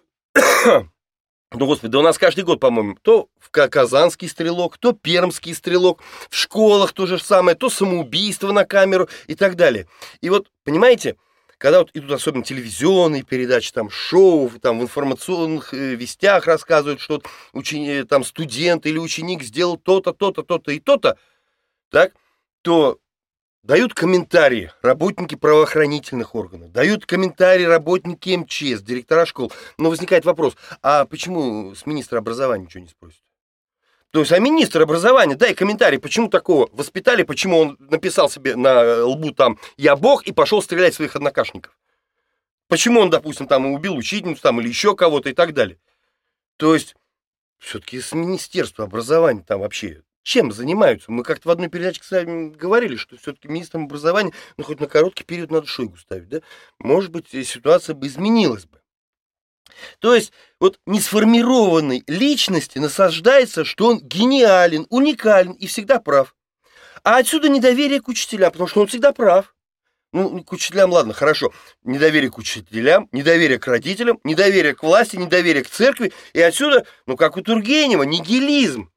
Ну, господи, да у нас каждый год, по-моему, то казанский стрелок, то пермский стрелок, в школах то же самое, то самоубийство на камеру и так далее. И вот, понимаете, когда вот идут особенно телевизионные передачи, там шоу, там в информационных э, вестях рассказывают, что учени, там студент или ученик сделал то-то, то-то, то-то и то-то, так, то дают комментарии работники правоохранительных органов, дают комментарии работники эм че эс, директора школ. Но возникает вопрос, а почему с министра образования ничего не спросят? То есть, а министр образования, дай комментарий, почему такого воспитали, почему он написал себе на лбу там «я бог» и пошел стрелять в своих однокашников. Почему он, допустим, там убил учительницу там, или еще кого-то и так далее. То есть, все-таки с министерства образования там вообще чем занимаются? Мы как-то в одной передаче, кстати, говорили, что все-таки министром образования, ну, хоть на короткий период надо Шойгу ставить, да? Может быть, ситуация бы изменилась бы. То есть, вот несформированной личности насаждается, что он гениален, уникален и всегда прав. А отсюда недоверие к учителям, потому что он всегда прав. Ну, к учителям, ладно, хорошо. Недоверие к учителям, недоверие к родителям, недоверие к власти, недоверие к церкви. И отсюда, ну, как у Тургенева, нигилизм.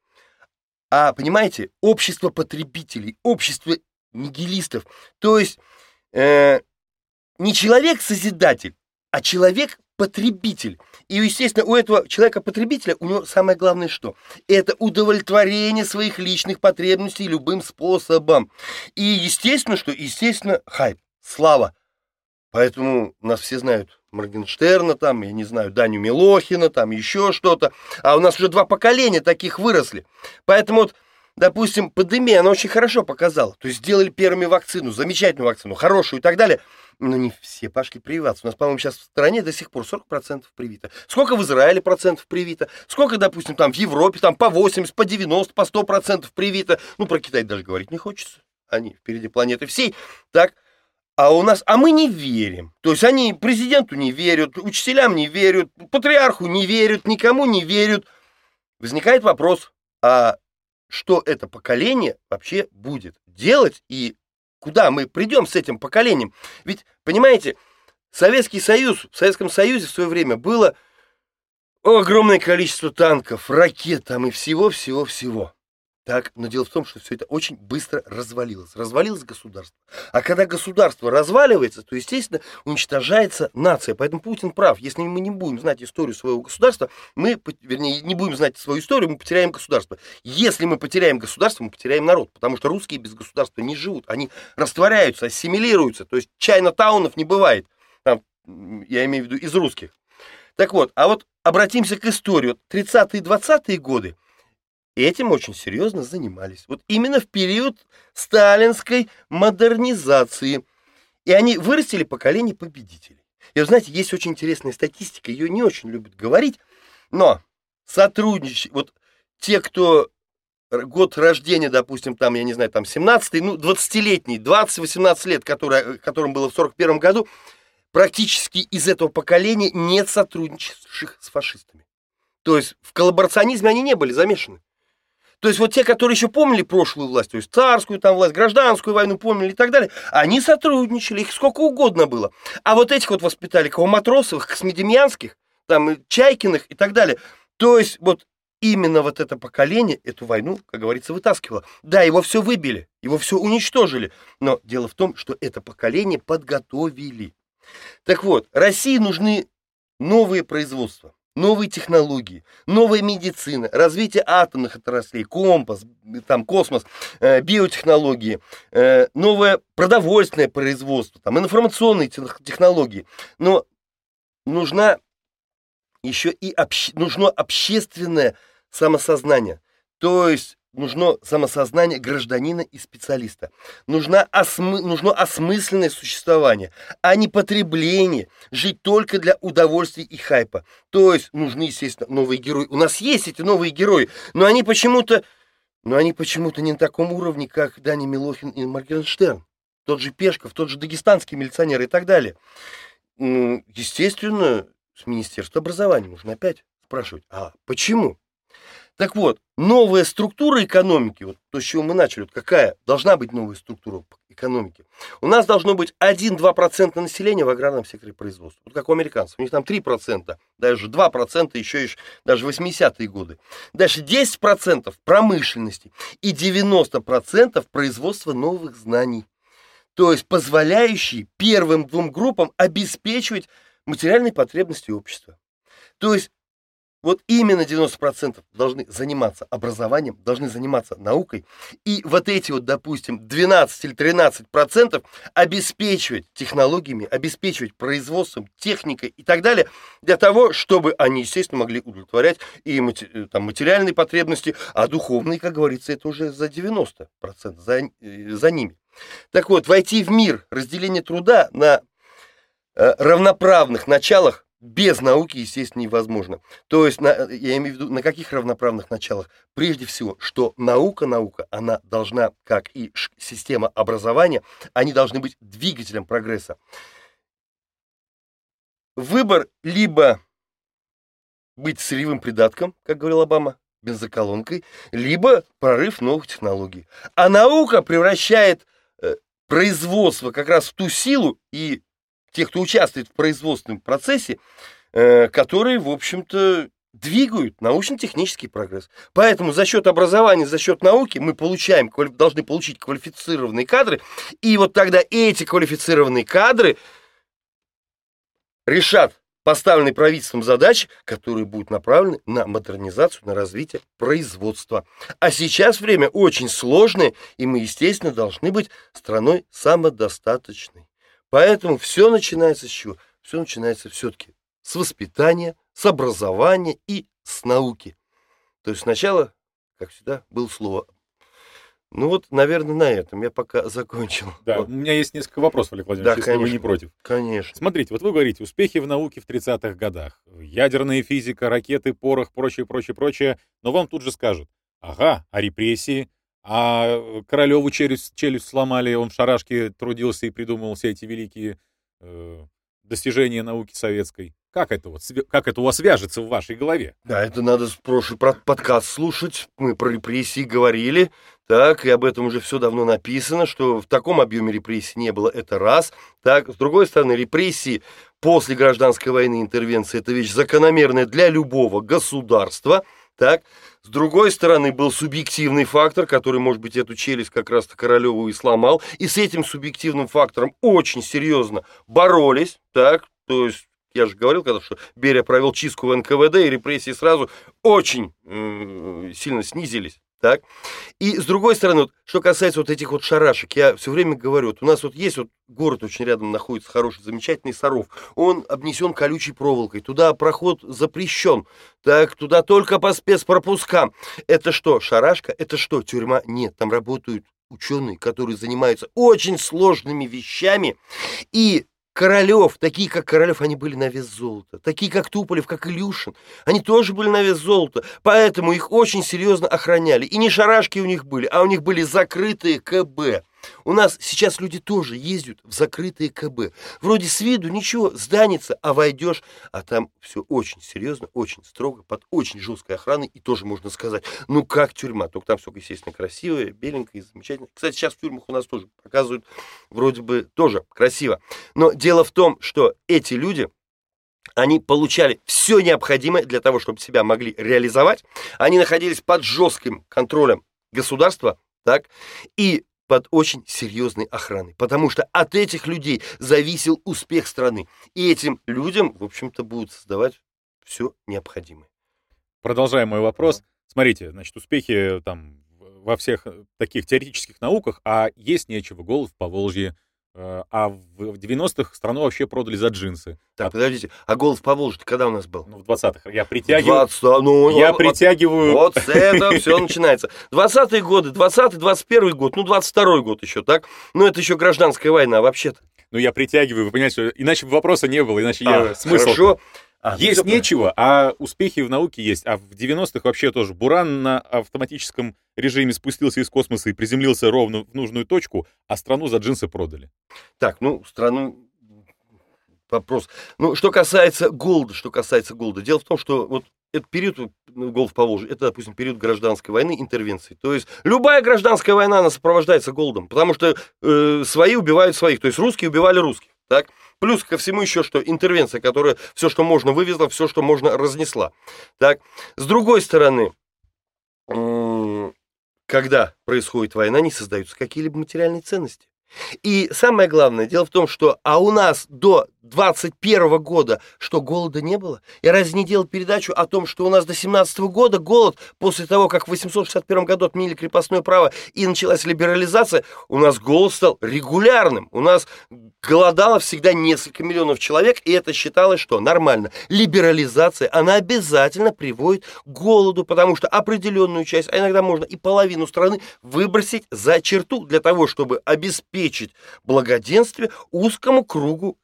А, понимаете, общество потребителей, общество нигилистов. То есть, э, не человек-созидатель, а человек-потребитель. И, естественно, у этого человека-потребителя, у него самое главное что? Это удовлетворение своих личных потребностей любым способом. И, естественно, что? Естественно, хайп, слава. Поэтому нас все знают Моргенштерна, там, я не знаю, Даню Милохина, там, еще что-то. А у нас уже два поколения таких выросли. Поэтому вот, допустим, пандемия, она очень хорошо показала. То есть сделали первыми вакцину, замечательную вакцину, хорошую и так далее. Но не все пошли прививаться. У нас, по-моему, сейчас в стране до сих пор сорок процентов привито. Сколько в Израиле процентов привито? Сколько, допустим, там в Европе, там по восемьдесят, по девяносто, по сто процентов привито? Ну, про Китай даже говорить не хочется. Они впереди планеты всей. Так, а у нас, а мы не верим. То есть они президенту не верят, учителям не верят, патриарху не верят, никому не верят. Возникает вопрос, а что это поколение вообще будет делать и куда мы придем с этим поколением? Ведь, понимаете, Советский Союз, в Советском Союзе в свое время было огромное количество танков, ракет там и всего-всего-всего. Так, но дело в том, что все это очень быстро развалилось. Развалилось государство. А когда государство разваливается, то, естественно, уничтожается нация. Поэтому Путин прав. Если мы не будем знать историю своего государства, мы, вернее, не будем знать свою историю, мы потеряем государство. Если мы потеряем государство, мы потеряем народ. Потому что русские без государства не живут. Они растворяются, ассимилируются. То есть Чайна-таунов не бывает. Там, я имею в виду из русских. Так вот, а вот обратимся к истории. тридцатые двадцатые годы этим очень серьезно занимались. Вот именно в период сталинской модернизации. И они вырастили поколение победителей. И вы знаете, есть очень интересная статистика, ее не очень любят говорить, но сотрудничать, вот те, кто год рождения, допустим, там, я не знаю, там семнадцатый, ну, двадцатилетний, двадцать-восемнадцать лет, который, которым было в сорок первом году, практически из этого поколения нет сотрудничавших с фашистами. То есть в коллаборационизме они не были замешаны. То есть вот те, которые еще помнили прошлую власть, то есть царскую там власть, гражданскую войну помнили и так далее, они сотрудничали, их сколько угодно было. А вот этих вот воспитали кого Матросовых, Космодемьянских, там Чайкиных и так далее. То есть вот именно вот это поколение эту войну, как говорится, вытаскивало. Да, его все выбили, его все уничтожили, но дело в том, что это поколение подготовили. Так вот, России нужны новые производства. Новые технологии, новая медицина, развитие атомных отраслей, компас, там, космос, э, биотехнологии, э, новое продовольственное производство, там, информационные технологии. Но нужна еще и обще, нужно общественное самосознание. То есть нужно самосознание гражданина и специалиста. Нужна осмы, нужно осмысленное существование, а не потребление. Жить только для удовольствия и хайпа. То есть нужны, естественно, новые герои. У нас есть эти новые герои, но они почему-то, но они почему-то не на таком уровне, как Даня Милохин и Моргенштерн. Тот же Пешков, тот же дагестанский милиционер и так далее. Естественно, с Министерства образования нужно опять спрашивать, а почему? Так вот, новая структура экономики, вот то, с чего мы начали, вот какая должна быть новая структура экономики? У нас должно быть один-два процента населения в аграрном секторе производства. Вот как у американцев. У них там три процента, даже два процента еще, еще даже восьмидесятые годы. Дальше десять процентов промышленности и девяносто процентов производства новых знаний. То есть позволяющие первым двум группам обеспечивать материальные потребности общества. То есть вот именно девяносто процентов должны заниматься образованием, должны заниматься наукой. И вот эти вот, допустим, двенадцать или тринадцать процентов обеспечивать технологиями, обеспечивать производством, техникой и так далее, для того, чтобы они, естественно, могли удовлетворять и там, материальные потребности, а духовные, как говорится, это уже за девяносто процентов, за, за ними. Так вот, войти в мир разделения труда на э, равноправных началах без науки, естественно, невозможно. То есть, на, я имею в виду, на каких равноправных началах? Прежде всего, что наука, наука, она должна, как и ш- система образования, они должны быть двигателем прогресса. Выбор либо быть сырьевым придатком, как говорил Обама, бензоколонкой, либо прорыв новых технологий. А наука превращает э, производство как раз в ту силу и тех, кто участвует в производственном процессе, э, которые, в общем-то, двигают научно-технический прогресс. Поэтому за счет образования, за счет науки мы получаем, квали- должны получить квалифицированные кадры, и вот тогда эти квалифицированные кадры решат поставленные правительством задачи, которые будут направлены на модернизацию, на развитие производства. А сейчас время очень сложное, и мы, естественно, должны быть страной самодостаточной. Поэтому все начинается с чего? Все начинается все-таки с воспитания, с образования и с науки. То есть сначала, как всегда, было слово. Ну вот, наверное, на этом я пока закончил. Да, вот. У меня есть несколько вопросов, Олег Владимирович, Да, если конечно, вы не против. Конечно. Смотрите, вот вы говорите, успехи в науке в тридцатых годах, ядерная физика, ракеты, порох, прочее, прочее, прочее, но вам тут же скажут, ага, а репрессии, а Королеву челюсть, челюсть сломали, он в шарашке трудился и придумал все эти великие э, достижения науки советской. Как это, вот, как это у вас вяжется в вашей голове? Да, это надо прошлый подкаст слушать. Мы про репрессии говорили. Так, и об этом уже все давно написано, что в таком объеме репрессий не было. Это раз. Так, с другой стороны, репрессии после гражданской войны, интервенции, это вещь закономерная для любого государства. Так, с другой стороны, был субъективный фактор, который, может быть, эту челюсть как раз-то Королеву и сломал. И с этим субъективным фактором очень серьезно боролись. Так, то есть, я же говорил, когда, что Берия провел чистку в эн ка вэ дэ, и репрессии сразу очень э, сильно снизились. Так? И с другой стороны, вот, что касается вот этих вот шарашек, я все время говорю, вот у нас вот есть вот город очень рядом находится, хороший, замечательный Саров, он обнесен колючей проволокой, туда проход запрещен, так, туда только по спецпропускам. Это что, шарашка? Это что, тюрьма? Нет, там работают ученые, которые занимаются очень сложными вещами, и Королев, такие как Королев, они были на вес золота. Такие как Туполев, как Илюшин, они тоже были на вес золота. Поэтому их очень серьезно охраняли. И не шарашки у них были, а у них были закрытые ка бэ. У нас сейчас люди тоже ездят в закрытые ка бэ. Вроде с виду ничего, зданица, а войдешь, а там все очень серьезно, очень строго, под очень жесткой охраной. И тоже можно сказать, ну как тюрьма. Только там все, естественно, красивое, беленькое, замечательно. Кстати, сейчас в тюрьмах у нас тоже показывают вроде бы тоже красиво. Но дело в том, что эти люди, они получали все необходимое для того, чтобы себя могли реализовать. Они находились под жестким контролем государства, так, и под очень серьезной охраной, потому что от этих людей зависел успех страны. И этим людям, в общем-то, будут создавать все необходимое. Продолжая мой вопрос. Смотрите, значит, успехи там во всех таких теоретических науках, а есть нечего, голод в Поволжье, а в девяностых страну вообще продали за джинсы. Так, а... подождите, а голод в Поволжье когда у нас был? Ну, в двадцатых. Я притягиваю... двадцать, ну, я вот, притягиваю... Вот с этого все начинается. двадцатые годы, двадцатый, двадцать первый год, ну, двадцать второй год еще, так? Ну, это еще гражданская война вообще-то. Ну, я притягиваю, вы понимаете, что иначе бы вопроса не было, иначе а, я... Смысл... Хорошо. А, есть нечего, а успехи в науке есть. А в девяностых вообще тоже Буран на автоматическом режиме спустился из космоса и приземлился ровно в нужную точку, а страну за джинсы продали. Так, ну, страну... Вопрос. Ну, что касается голода, что касается голода. Дело в том, что вот этот период, ну, голод в Поволжье, это, допустим, период гражданской войны, интервенции. То есть любая гражданская война, она сопровождается голодом, потому что э, свои убивают своих, то есть русские убивали русских, так? Плюс ко всему еще что, интервенция, которая все, что можно, вывезла, все, что можно, разнесла. Так? С другой стороны, когда происходит война, не создаются какие-либо материальные ценности. И самое главное, дело в том, что а у нас до двадцать первого года, что голода не было? Я разве не делал передачу о том, что у нас до семнадцатого года голод, после того, как в восемьсот шестьдесят первом году отменили крепостное право и началась либерализация, у нас голод стал регулярным. У нас голодало всегда несколько миллионов человек, и это считалось, что нормально. Либерализация, она обязательно приводит к голоду, потому что определенную часть, а иногда можно и половину страны выбросить за черту для того, чтобы обеспечить благоденствие узкому кругу лиц, за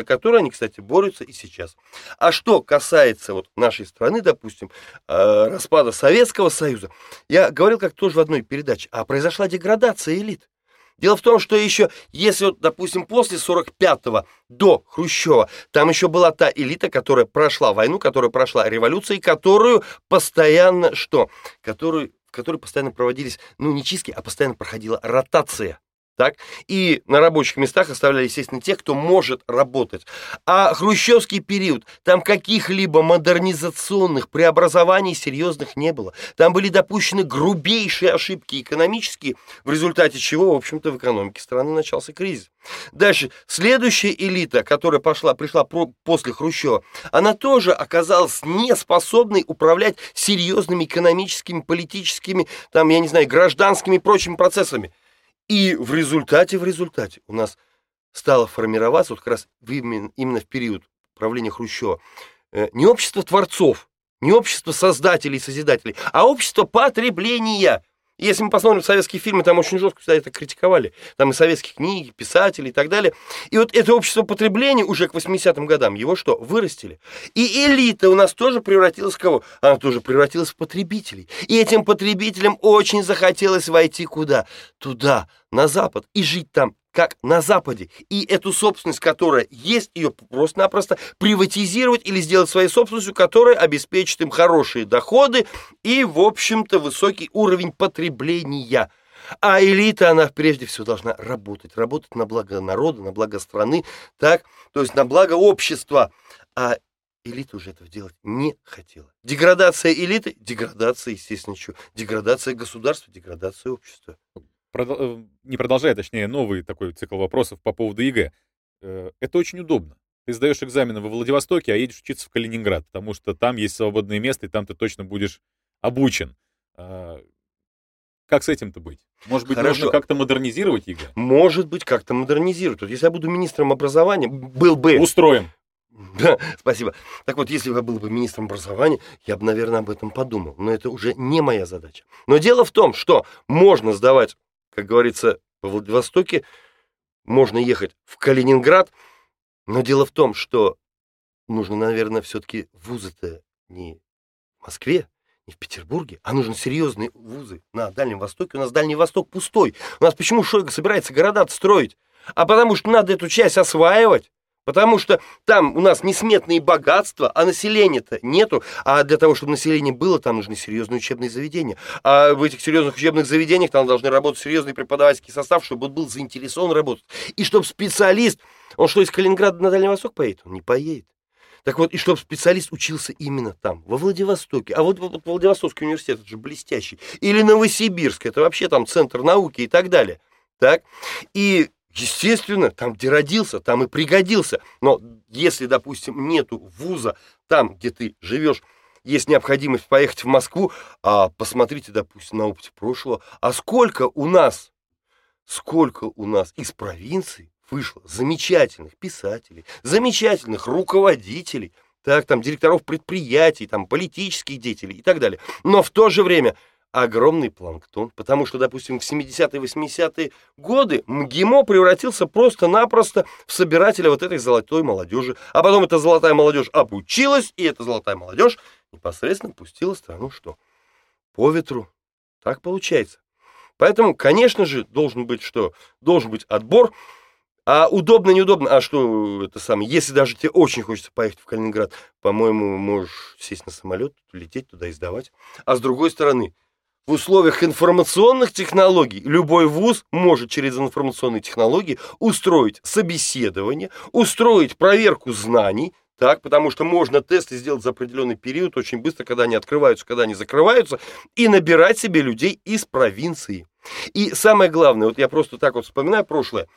которую они, кстати, борются и сейчас. А что касается вот нашей страны, допустим, распада Советского Союза, я говорил как тоже в одной передаче, а произошла деградация элит. Дело в том, что еще, если, вот, допустим, после сорок пятого до Хрущева, там еще была та элита, которая прошла войну, которая прошла революцию, и которую постоянно, что? Которую, в которой постоянно проводились, ну, не чистки, а постоянно проходила ротация. Так? И на рабочих местах оставляли, естественно, тех, кто может работать. А хрущевский период, там каких-либо модернизационных преобразований серьезных не было. Там были допущены грубейшие ошибки экономические, в результате чего, в общем-то, в экономике страны начался кризис. Дальше, следующая элита, которая пошла, пришла про, после Хрущева, она тоже оказалась неспособной управлять серьезными экономическими, политическими, там, я не знаю, гражданскими и прочими процессами. И в результате, в результате у нас стало формироваться, вот как раз именно, именно в период правления Хрущева, не общество творцов, не общество создателей и созидателей, а общество потребления. Если мы посмотрим советские фильмы, там очень жестко всегда это критиковали. Там и советские книги, писатели и так далее. И вот это общество потребления уже к восьмидесятым годам, его что, вырастили. И элита у нас тоже превратилась в кого? Она тоже превратилась в потребителей. И этим потребителям очень захотелось войти куда? Туда, на Запад, и жить там, как на Западе. И эту собственность, которая есть, ее просто-напросто приватизировать или сделать своей собственностью, которая обеспечит им хорошие доходы и, в общем-то, высокий уровень потребления. А элита, она прежде всего должна работать. Работать на благо народа, на благо страны, так, то есть на благо общества. А элита уже этого делать не хотела. Деградация элиты, деградация, естественно, что? Деградация государства, деградация общества. Не продолжая, точнее, новый такой цикл вопросов по поводу ЕГЭ. Это очень удобно. Ты сдаешь экзамены во Владивостоке, а едешь учиться в Калининград, потому что там есть свободное место, и там ты точно будешь обучен. Как с этим-то быть? Может быть, Хорошо. Нужно как-то модернизировать ЕГЭ? Может быть, как-то модернизировать. Вот если я буду министром образования, был бы... Устроим. Да, спасибо. Так вот, если бы я был бы министром образования, я бы, наверное, об этом подумал. Но это уже не моя задача. Но дело в том, что можно сдавать, как говорится, во Владивостоке, можно ехать в Калининград, но дело в том, что нужно, наверное, все-таки вузы-то не в Москве, не в Петербурге, а нужны серьезные вузы на Дальнем Востоке. У нас Дальний Восток пустой. У нас почему Шойгу собирается города строить? А потому что надо эту часть осваивать. Потому что там у нас несметные богатства, а населения-то нету. А для того, чтобы население было, там нужны серьезные учебные заведения. А в этих серьезных учебных заведениях там должны работать серьезный преподавательский состав, чтобы он был заинтересован работать. И чтобы специалист, он что, из Калининграда на Дальний Восток поедет? Он не поедет. Так вот, и чтобы специалист учился именно там, во Владивостоке. А вот, вот Владивостокский университет, это же блестящий. Или Новосибирск, это вообще там центр науки и так далее. Так? И... Естественно, там, где родился, там и пригодился. Но если, допустим, нету вуза там, где ты живешь, есть необходимость поехать в Москву, а посмотрите, допустим, на опыте прошлого, а сколько у нас, сколько у нас из провинции вышло замечательных писателей, замечательных руководителей, так, там, директоров предприятий, там, политических деятелей и так далее. Но в то же время... огромный планктон, потому что, допустим, в семидесятые, восьмидесятые годы МГИМО превратился просто-напросто в собирателя вот этой золотой молодежи. А потом эта золотая молодежь обучилась, и эта золотая молодежь непосредственно пустила страну что? По ветру. Так получается. Поэтому, конечно же, должен быть что? Должен быть отбор. А удобно, неудобно, а что это самое? Если даже тебе очень хочется поехать в Калининград, по-моему, можешь сесть на самолет, лететь туда и сдавать. А с другой стороны, в условиях информационных технологий любой вуз может через информационные технологии устроить собеседование, устроить проверку знаний, так, потому что можно тесты сделать за определенный период очень быстро, когда они открываются, когда они закрываются, и набирать себе людей из провинции. И самое главное, вот я просто так вот вспоминаю прошлое,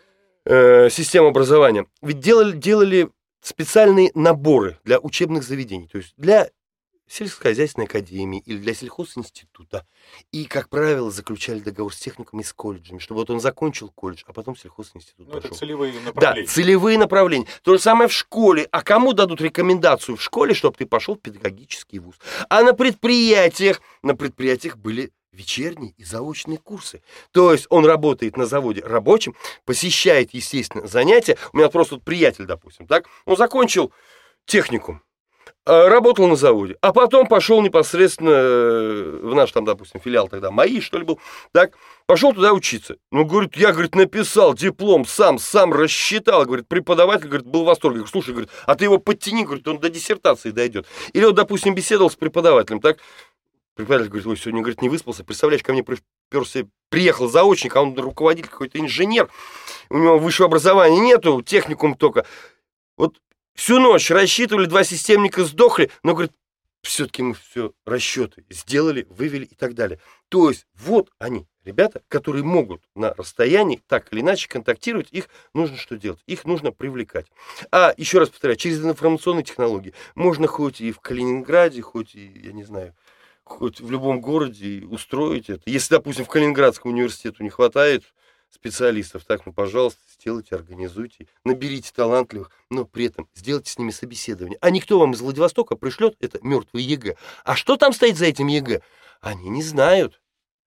э, систему образования, ведь делали, делали специальные наборы для учебных заведений, то есть для сельскохозяйственной академии или для сельхозинститута. И, как правило, заключали договор с техниками и с колледжами, чтобы вот он закончил колледж, а потом сельхозинститут ну, пошел. Это целевые направления. Да, целевые направления. То же самое в школе. А кому дадут рекомендацию в школе, чтобы ты пошел в педагогический вуз? А на предприятиях, на предприятиях были вечерние и заочные курсы. То есть он работает на заводе рабочим, посещает, естественно, занятия. У меня просто вот приятель, допустим, так, он закончил техникум, работал на заводе, а потом пошел непосредственно в наш там, допустим, филиал тогда МАИ, что ли, был, так, пошел туда учиться. Ну, говорит, я, говорит, написал диплом сам, сам рассчитал, говорит, преподаватель, говорит, был в восторге. Говорит, слушай, говорит, а ты его подтяни, говорит, он до диссертации дойдет. Или вот, допустим, беседовал с преподавателем, так, преподаватель говорит, ой, сегодня, говорит, не выспался, представляешь, ко мне приперся, приехал заочник, а он руководитель, какой-то инженер, у него высшего образования нету, техникум только. Вот всю ночь рассчитывали, два системника сдохли, но, говорит, все-таки мы все расчеты сделали, вывели и так далее. То есть вот они, ребята, которые могут на расстоянии так или иначе контактировать, их нужно что делать? Их нужно привлекать. А, еще раз повторяю, через информационные технологии можно хоть и в Калининграде, хоть и, я не знаю, хоть в любом городе устроить это. Если, допустим, в Калининградском университету не хватает специалистов, так, ну, пожалуйста, сделайте, организуйте, наберите талантливых, но при этом сделайте с ними собеседование. А никто вам из Владивостока пришлет это мертвый ЕГЭ. А что там стоит за этим ЕГЭ? Они не знают.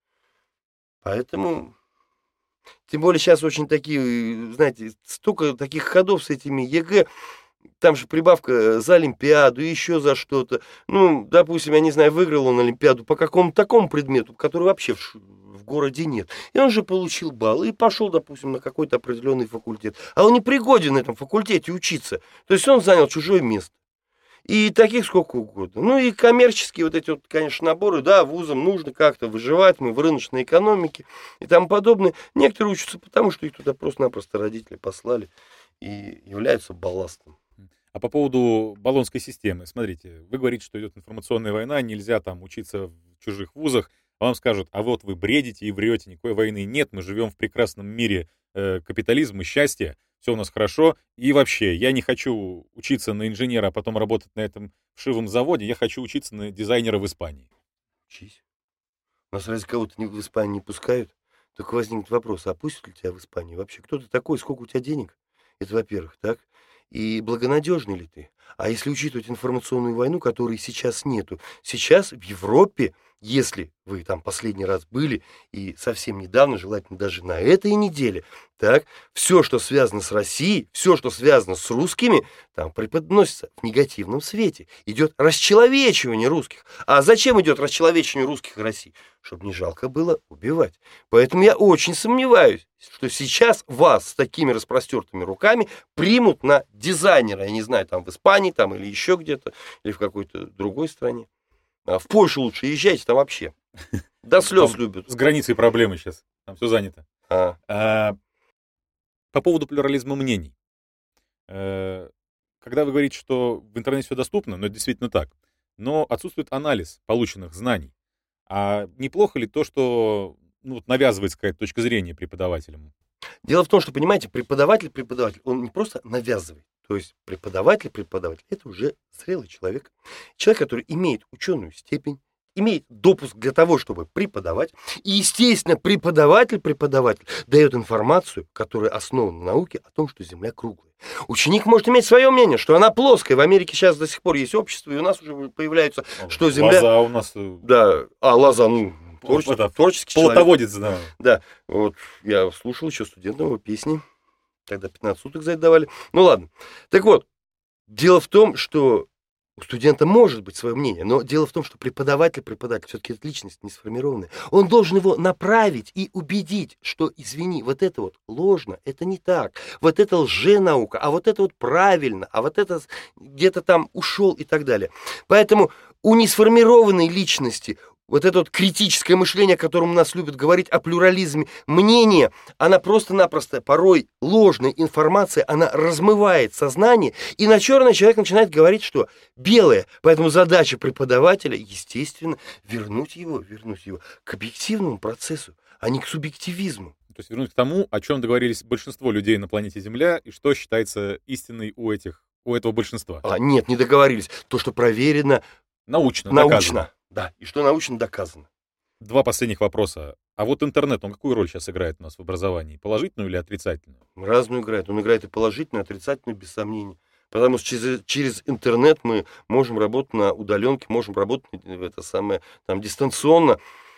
Поэтому, тем более сейчас очень такие, знаете, столько таких ходов с этими ЕГЭ, там же прибавка за Олимпиаду, еще за что-то. Ну, допустим, я не знаю, выиграл он Олимпиаду по какому-то такому предмету, который вообще в, в городе нет. И он же получил балл и пошел, допустим, на какой-то определенный факультет. А он не пригоден на этом факультете учиться. То есть он занял чужое место. И таких сколько угодно. Ну и коммерческие вот эти вот, конечно, наборы, да, вузам нужно как-то выживать, мы в рыночной экономике и тому подобное. Некоторые учатся потому, что их туда просто-напросто родители послали и являются балластом. А по поводу Болонской системы, смотрите, вы говорите, что идет информационная война, нельзя там учиться в чужих вузах, а вам скажут, а вот вы бредите и врете, никакой войны нет, мы живем в прекрасном мире э, капитализма и счастья, все у нас хорошо, и вообще, я не хочу учиться на инженера, а потом работать на этом вшивом заводе, я хочу учиться на дизайнера в Испании. Учись. У нас разве кого-то в Испанию не пускают? Только возникнет вопрос, а пустят ли тебя в Испанию вообще? Кто ты такой, сколько у тебя денег? Это во-первых, так? И благонадежный ли ты? А если учитывать информационную войну, которой сейчас нету, сейчас в Европе, если вы там последний раз были, и совсем недавно, желательно даже на этой неделе, так, все, что связано с Россией, все, что связано с русскими, там преподносится в негативном свете. Идет расчеловечивание русских. А зачем идет расчеловечивание русских в России? Чтобы не жалко было убивать. Поэтому я очень сомневаюсь, что сейчас вас с такими распростертыми руками примут на дизайнера, я не знаю, там в Испании, там или еще где-то, или в какой-то другой стране. А в Польшу лучше езжайте, там вообще до слез Там любят. С границей проблемы сейчас, там все занято. А. А, по поводу плюрализма мнений. Э, когда вы говорите, что в интернете все доступно, но это действительно так, но отсутствует анализ полученных знаний. А неплохо ли то, что ну, вот навязывается какая-то точка зрения преподавателям? Дело в том, что, понимаете, преподаватель, преподаватель, он не просто навязывает. То есть преподаватель, преподаватель, это уже зрелый человек. Человек, который имеет ученую степень, имеет допуск для того, чтобы преподавать. И, естественно, преподаватель, преподаватель дает информацию, которая основана на науке о том, что Земля круглая. Ученик может иметь свое мнение, что она плоская. В Америке сейчас до сих пор есть общество, и у нас уже появляется, что Земля... Лоза у нас... Да, а, Лоза, ну... Творческий, это, творческий полотоводец, человек. Да. Да, вот я слушал еще студентам его песни. Тогда пятнадцать суток за это давали. Ну ладно. Так вот, дело в том, что у студента может быть свое мнение, но дело в том, что преподаватель, преподаватель, все-таки это личность не сформированная. Он должен его направить и убедить, что, извини, вот это вот ложно, это не так, вот это лженаука, а вот это вот правильно, а вот это где-то там ушел и так далее. Поэтому у несформированной личности вот это вот критическое мышление, о котором у нас любят говорить, о плюрализме мнения, она просто-напросто, порой ложная информация, она размывает сознание, и на черное человек начинает говорить, что белое. Поэтому задача преподавателя, естественно, вернуть его, вернуть его к объективному процессу, а не к субъективизму. То есть вернуть к тому, о чем договорились большинство людей на планете Земля, и что считается истиной у этих, у этого большинства. А, нет, не договорились. То, что проверено научно, научно. Доказано. Да, и что научно доказано. Два последних вопроса. А вот интернет, он какую роль сейчас играет у нас в образовании? Положительную или отрицательную? Разную играет. Он играет и положительную, и отрицательную, без сомнений. Потому что через, через интернет мы можем работать на удаленке, можем работать это самое, там, дистанционно.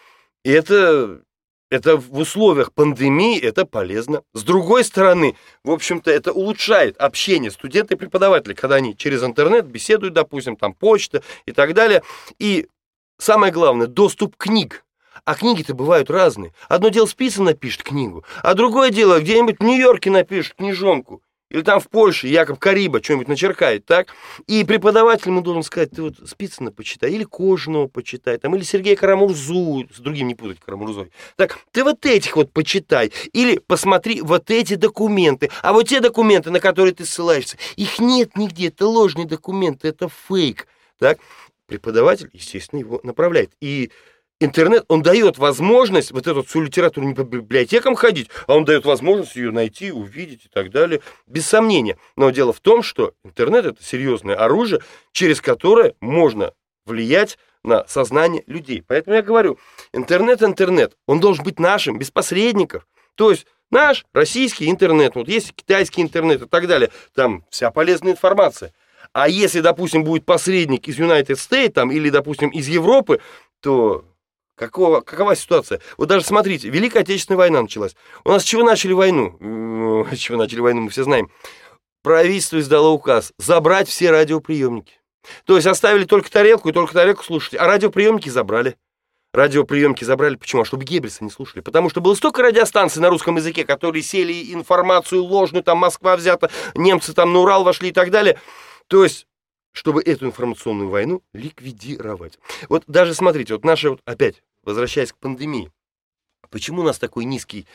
И это, это в условиях пандемии это полезно. С другой стороны, в общем-то, это улучшает общение студентов и преподавателей, когда они через интернет беседуют, допустим, там почта и так далее. И самое главное, доступ к книг. А книги-то бывают разные. Одно дело списан напишет книгу, а другое дело где-нибудь в Нью-Йорке напишет книжонку. Или там в Польше Якоб Кариба что-нибудь начеркает, так? И преподаватель ему должен сказать, ты вот Спицына почитай, или Кожаного почитай, там, или Сергея Карамурзу, с другим не путать Карамурзой. Так, ты вот этих вот почитай, или посмотри вот эти документы. А вот те документы, на которые ты ссылаешься, их нет нигде, это ложные документы, это фейк. Так? Преподаватель, естественно, его направляет. И интернет, он дает возможность вот эту всю литературу не по библиотекам ходить, а он дает возможность ее найти, увидеть и так далее, без сомнения. Но дело в том, что интернет — это серьезное оружие, через которое можно влиять на сознание людей. Поэтому я говорю, интернет, интернет, он должен быть нашим, без посредников. То есть наш российский интернет, вот есть китайский интернет и так далее, там вся полезная информация. А если, допустим, будет посредник из United States там, или, допустим, из Европы, то... Какого, какова ситуация? Вот даже смотрите, Великая Отечественная война началась. У нас с чего начали войну? С чего начали войну, мы все знаем. Правительство издало указ забрать все радиоприемники. То есть оставили только тарелку и только тарелку слушать, а радиоприемники забрали. Радиоприемники забрали почему? А чтобы Геббельса не слушали. Потому что было столько радиостанций на русском языке, которые сели информацию ложную, там Москва взята, немцы там на Урал вошли и так далее. То есть... чтобы эту информационную войну ликвидировать. Вот даже смотрите, вот наша, вот опять, возвращаясь к пандемии, почему у нас такое низкий,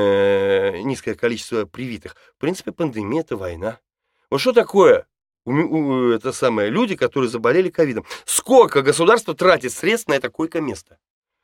э, низкое количество привитых? В принципе, пандемия — это война. Вот что такое у, у, это самое, люди, которые заболели ковидом? Сколько государство тратит средств на это койко-место?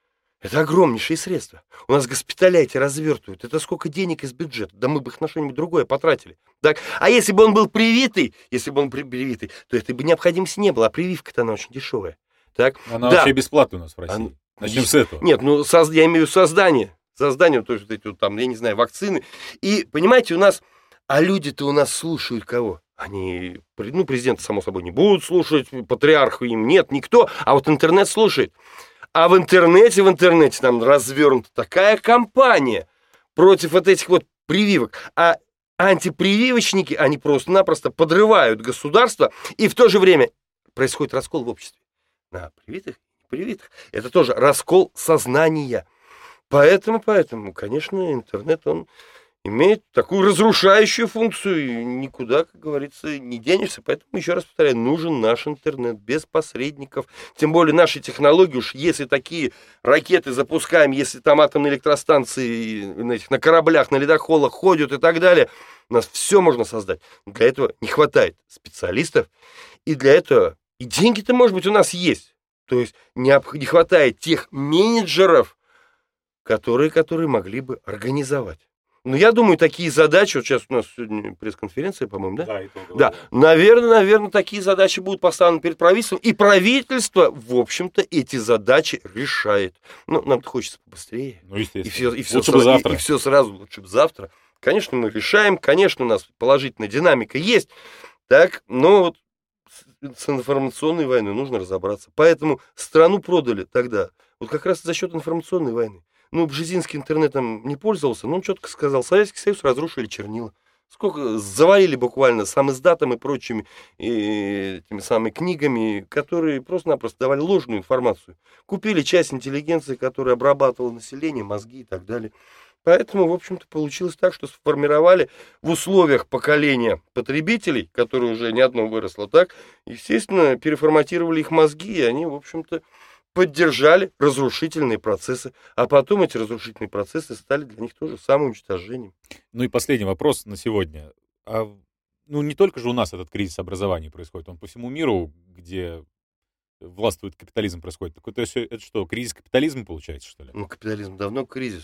Это огромнейшие средства. У нас госпиталя эти развертывают. Это сколько денег из бюджета? Да мы бы их на что-нибудь другое потратили. Так? А если бы он был привитый, если бы он привитый, то этой бы необходимости не было. А прививка-то она очень дешевая. Так? Она да. вообще бесплатная у нас в России. Она... Начнем с этого. Нет, ну соз... я имею в виду создание. Создание, то есть вот эти вот там, я не знаю, вакцины. И, понимаете, у нас... А люди-то у нас слушают кого? Они, ну, президента, само собой, не будут слушать, патриарха им нет, никто. А вот интернет слушает. А в интернете, в интернете там развернута такая кампания против вот этих вот прививок. А антипрививочники, они просто-напросто подрывают государство, и в то же время происходит раскол в обществе. На привитых и непривитых. Это тоже раскол сознания. Поэтому, поэтому, конечно, интернет, он имеет такую разрушающую функцию, и никуда, как говорится, не денешься. Поэтому, еще раз повторяю, нужен наш интернет без посредников. Тем более наши технологии, уж если такие ракеты запускаем, если там атомные электростанции на, этих, на кораблях, на ледоколах ходят и так далее, у нас все можно создать. Для этого не хватает специалистов, и для этого и деньги-то, может быть, у нас есть. То есть не, не хватает тех менеджеров, которые, которые могли бы организовать. Ну, я думаю, такие задачи, вот сейчас у нас сегодня пресс-конференция, по-моему, да? Да, итоговая. Да, наверное, наверное, такие задачи будут поставлены перед правительством, и правительство, в общем-то, эти задачи решает. Ну, нам-то хочется побыстрее. Ну, естественно. И все, и все, лучше сразу, бы завтра. И, и все сразу, лучше бы завтра. Конечно, мы решаем, конечно, у нас положительная динамика есть, так, но вот с, с информационной войной нужно разобраться. Поэтому страну продали тогда, вот как раз за счет информационной войны. Ну, Бжезинский интернетом не пользовался, но он четко сказал, Советский Союз разрушили чернила. Сколько завалили буквально самиздатом и прочими и, этими самыми книгами, которые просто-напросто давали ложную информацию. Купили часть интеллигенции, которая обрабатывала население, мозги и так далее. Поэтому, в общем-то, получилось так, что сформировали в условиях поколения потребителей, которое уже не одно выросло, так, естественно, переформатировали их мозги, и они, в общем-то, поддержали разрушительные процессы, а потом эти разрушительные процессы стали для них тоже самоуничтожением. Ну и последний вопрос на сегодня. А, ну не только же у нас этот кризис образования происходит, он по всему миру, где властвует капитализм, происходит. Так, то есть это что, кризис капитализма получается, что ли? Ну, капитализм давно кризис.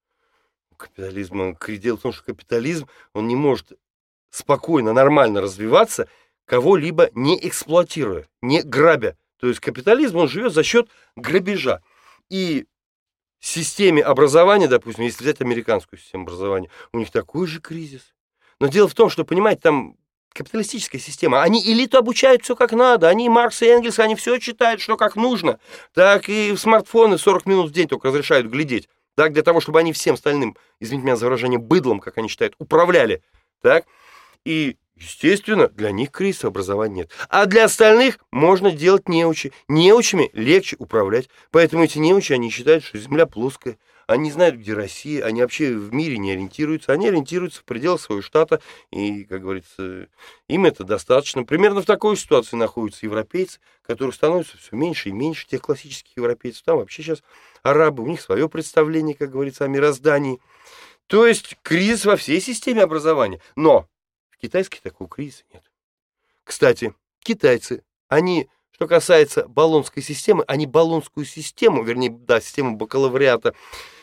Капитализм, дело в том, что капитализм, он не может спокойно, нормально развиваться, кого-либо не эксплуатируя, не грабя. То есть капитализм, он живет за счет грабежа. И в системе образования, допустим, если взять американскую систему образования, у них такой же кризис. Но дело в том, что, понимаете, там капиталистическая система. Они элиту обучают все как надо. Они Маркс и Энгельс, они все читают, что как нужно. Так и в смартфоны сорок минут в день только разрешают глядеть. Так, для того, чтобы они всем остальным, извините меня за выражение, быдлом, как они считают, управляли. Так? И, естественно, для них кризиса образования нет. А для остальных можно делать неучи. Неучами легче управлять. Поэтому эти неучи, они считают, что Земля плоская. Они знают, где Россия, они вообще в мире не ориентируются. Они ориентируются в пределах своего штата, и, как говорится, им это достаточно. Примерно в такой ситуации находятся европейцы, которые становятся все меньше и меньше тех классических европейцев. Там вообще сейчас арабы, у них свое представление, как говорится, о мироздании. То есть кризис во всей системе образования. Но в китайской такого кризиса нет. Кстати, китайцы, они... Что касается болонской системы, они болонскую систему, вернее, да, систему бакалавриата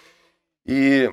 и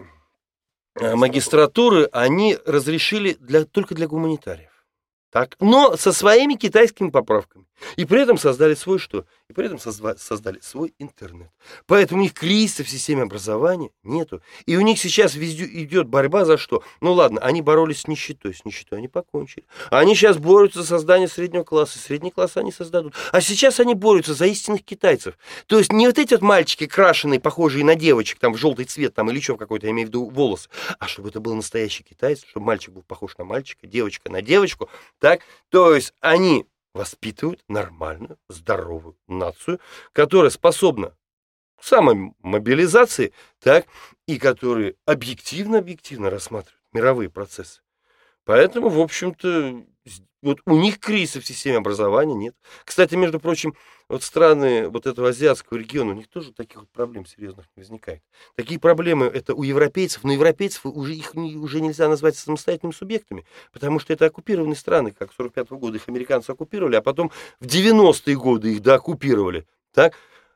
магистратуры, они разрешили для, только для гуманитариев. Так? Но со своими китайскими поправками. И при этом создали свой что? И при этом созва- создали свой интернет. Поэтому у них кризиса в системе образования нету. И у них сейчас везде идет борьба за что? Ну ладно, они боролись с нищетой. С нищетой они покончили. Они сейчас борются за создание среднего класса. Средний класс они создадут. А сейчас они борются за истинных китайцев. То есть не вот эти вот мальчики крашеные, похожие на девочек, там в желтый цвет, там или еще какой-то, я имею в виду волосы. А чтобы это был настоящий китаец, чтобы мальчик был похож на мальчика, девочка на девочку. Так? То есть они воспитывают нормальную, здоровую нацию, которая способна к самомобилизации, так, и которые объективно-объективно рассматривают мировые процессы. Поэтому, в общем-то, вот у них кризиса в системе образования нет. Кстати, между прочим, вот страны вот этого азиатского региона, у них тоже таких вот проблем серьезных не возникает. Такие проблемы это у европейцев, но европейцев уже, их не, уже нельзя назвать самостоятельными субъектами, потому что это оккупированные страны, как с сорок пятого года их американцы оккупировали, а потом в девяностые годы их дооккупировали. Так?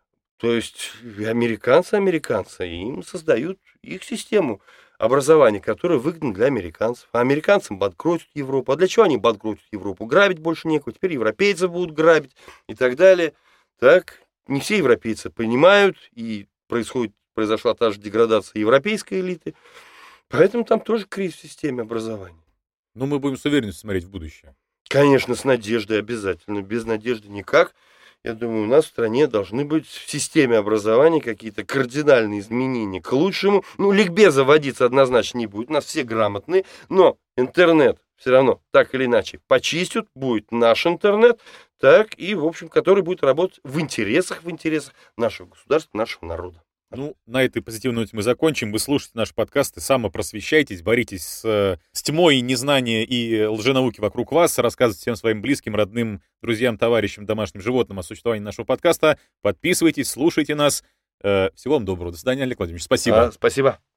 То есть американцы, американцы, им создают их систему образования, которое выгодно для американцев. А американцам банкротят Европу. А для чего они банкротят Европу? Грабить больше некого. Теперь европейцы будут грабить и так далее. Так, не все европейцы понимают, и происходит, произошла та же деградация европейской элиты. Поэтому там тоже кризис в системе образования. Ну, мы будем с уверенностью смотреть в будущее. Конечно, с надеждой обязательно. Без надежды никак. Я думаю, у нас в стране должны быть в системе образования какие-то кардинальные изменения к лучшему. Ну, ликбеза вводиться однозначно не будет. У нас все грамотные. Но интернет все равно, так или иначе, почистят. Будет наш интернет. Так, и, в общем, который будет работать в интересах, в интересах нашего государства, нашего народа. Ну, на этой позитивной ноте мы закончим. Вы слушаете наши подкасты, самопросвещайтесь, боритесь с, с тьмой, незнания и лженауки вокруг вас, рассказывайте всем своим близким, родным, друзьям, товарищам, домашним животным о существовании нашего подкаста. Подписывайтесь, слушайте нас. Всего вам доброго. До свидания, Олег Владимирович. Спасибо. А, спасибо.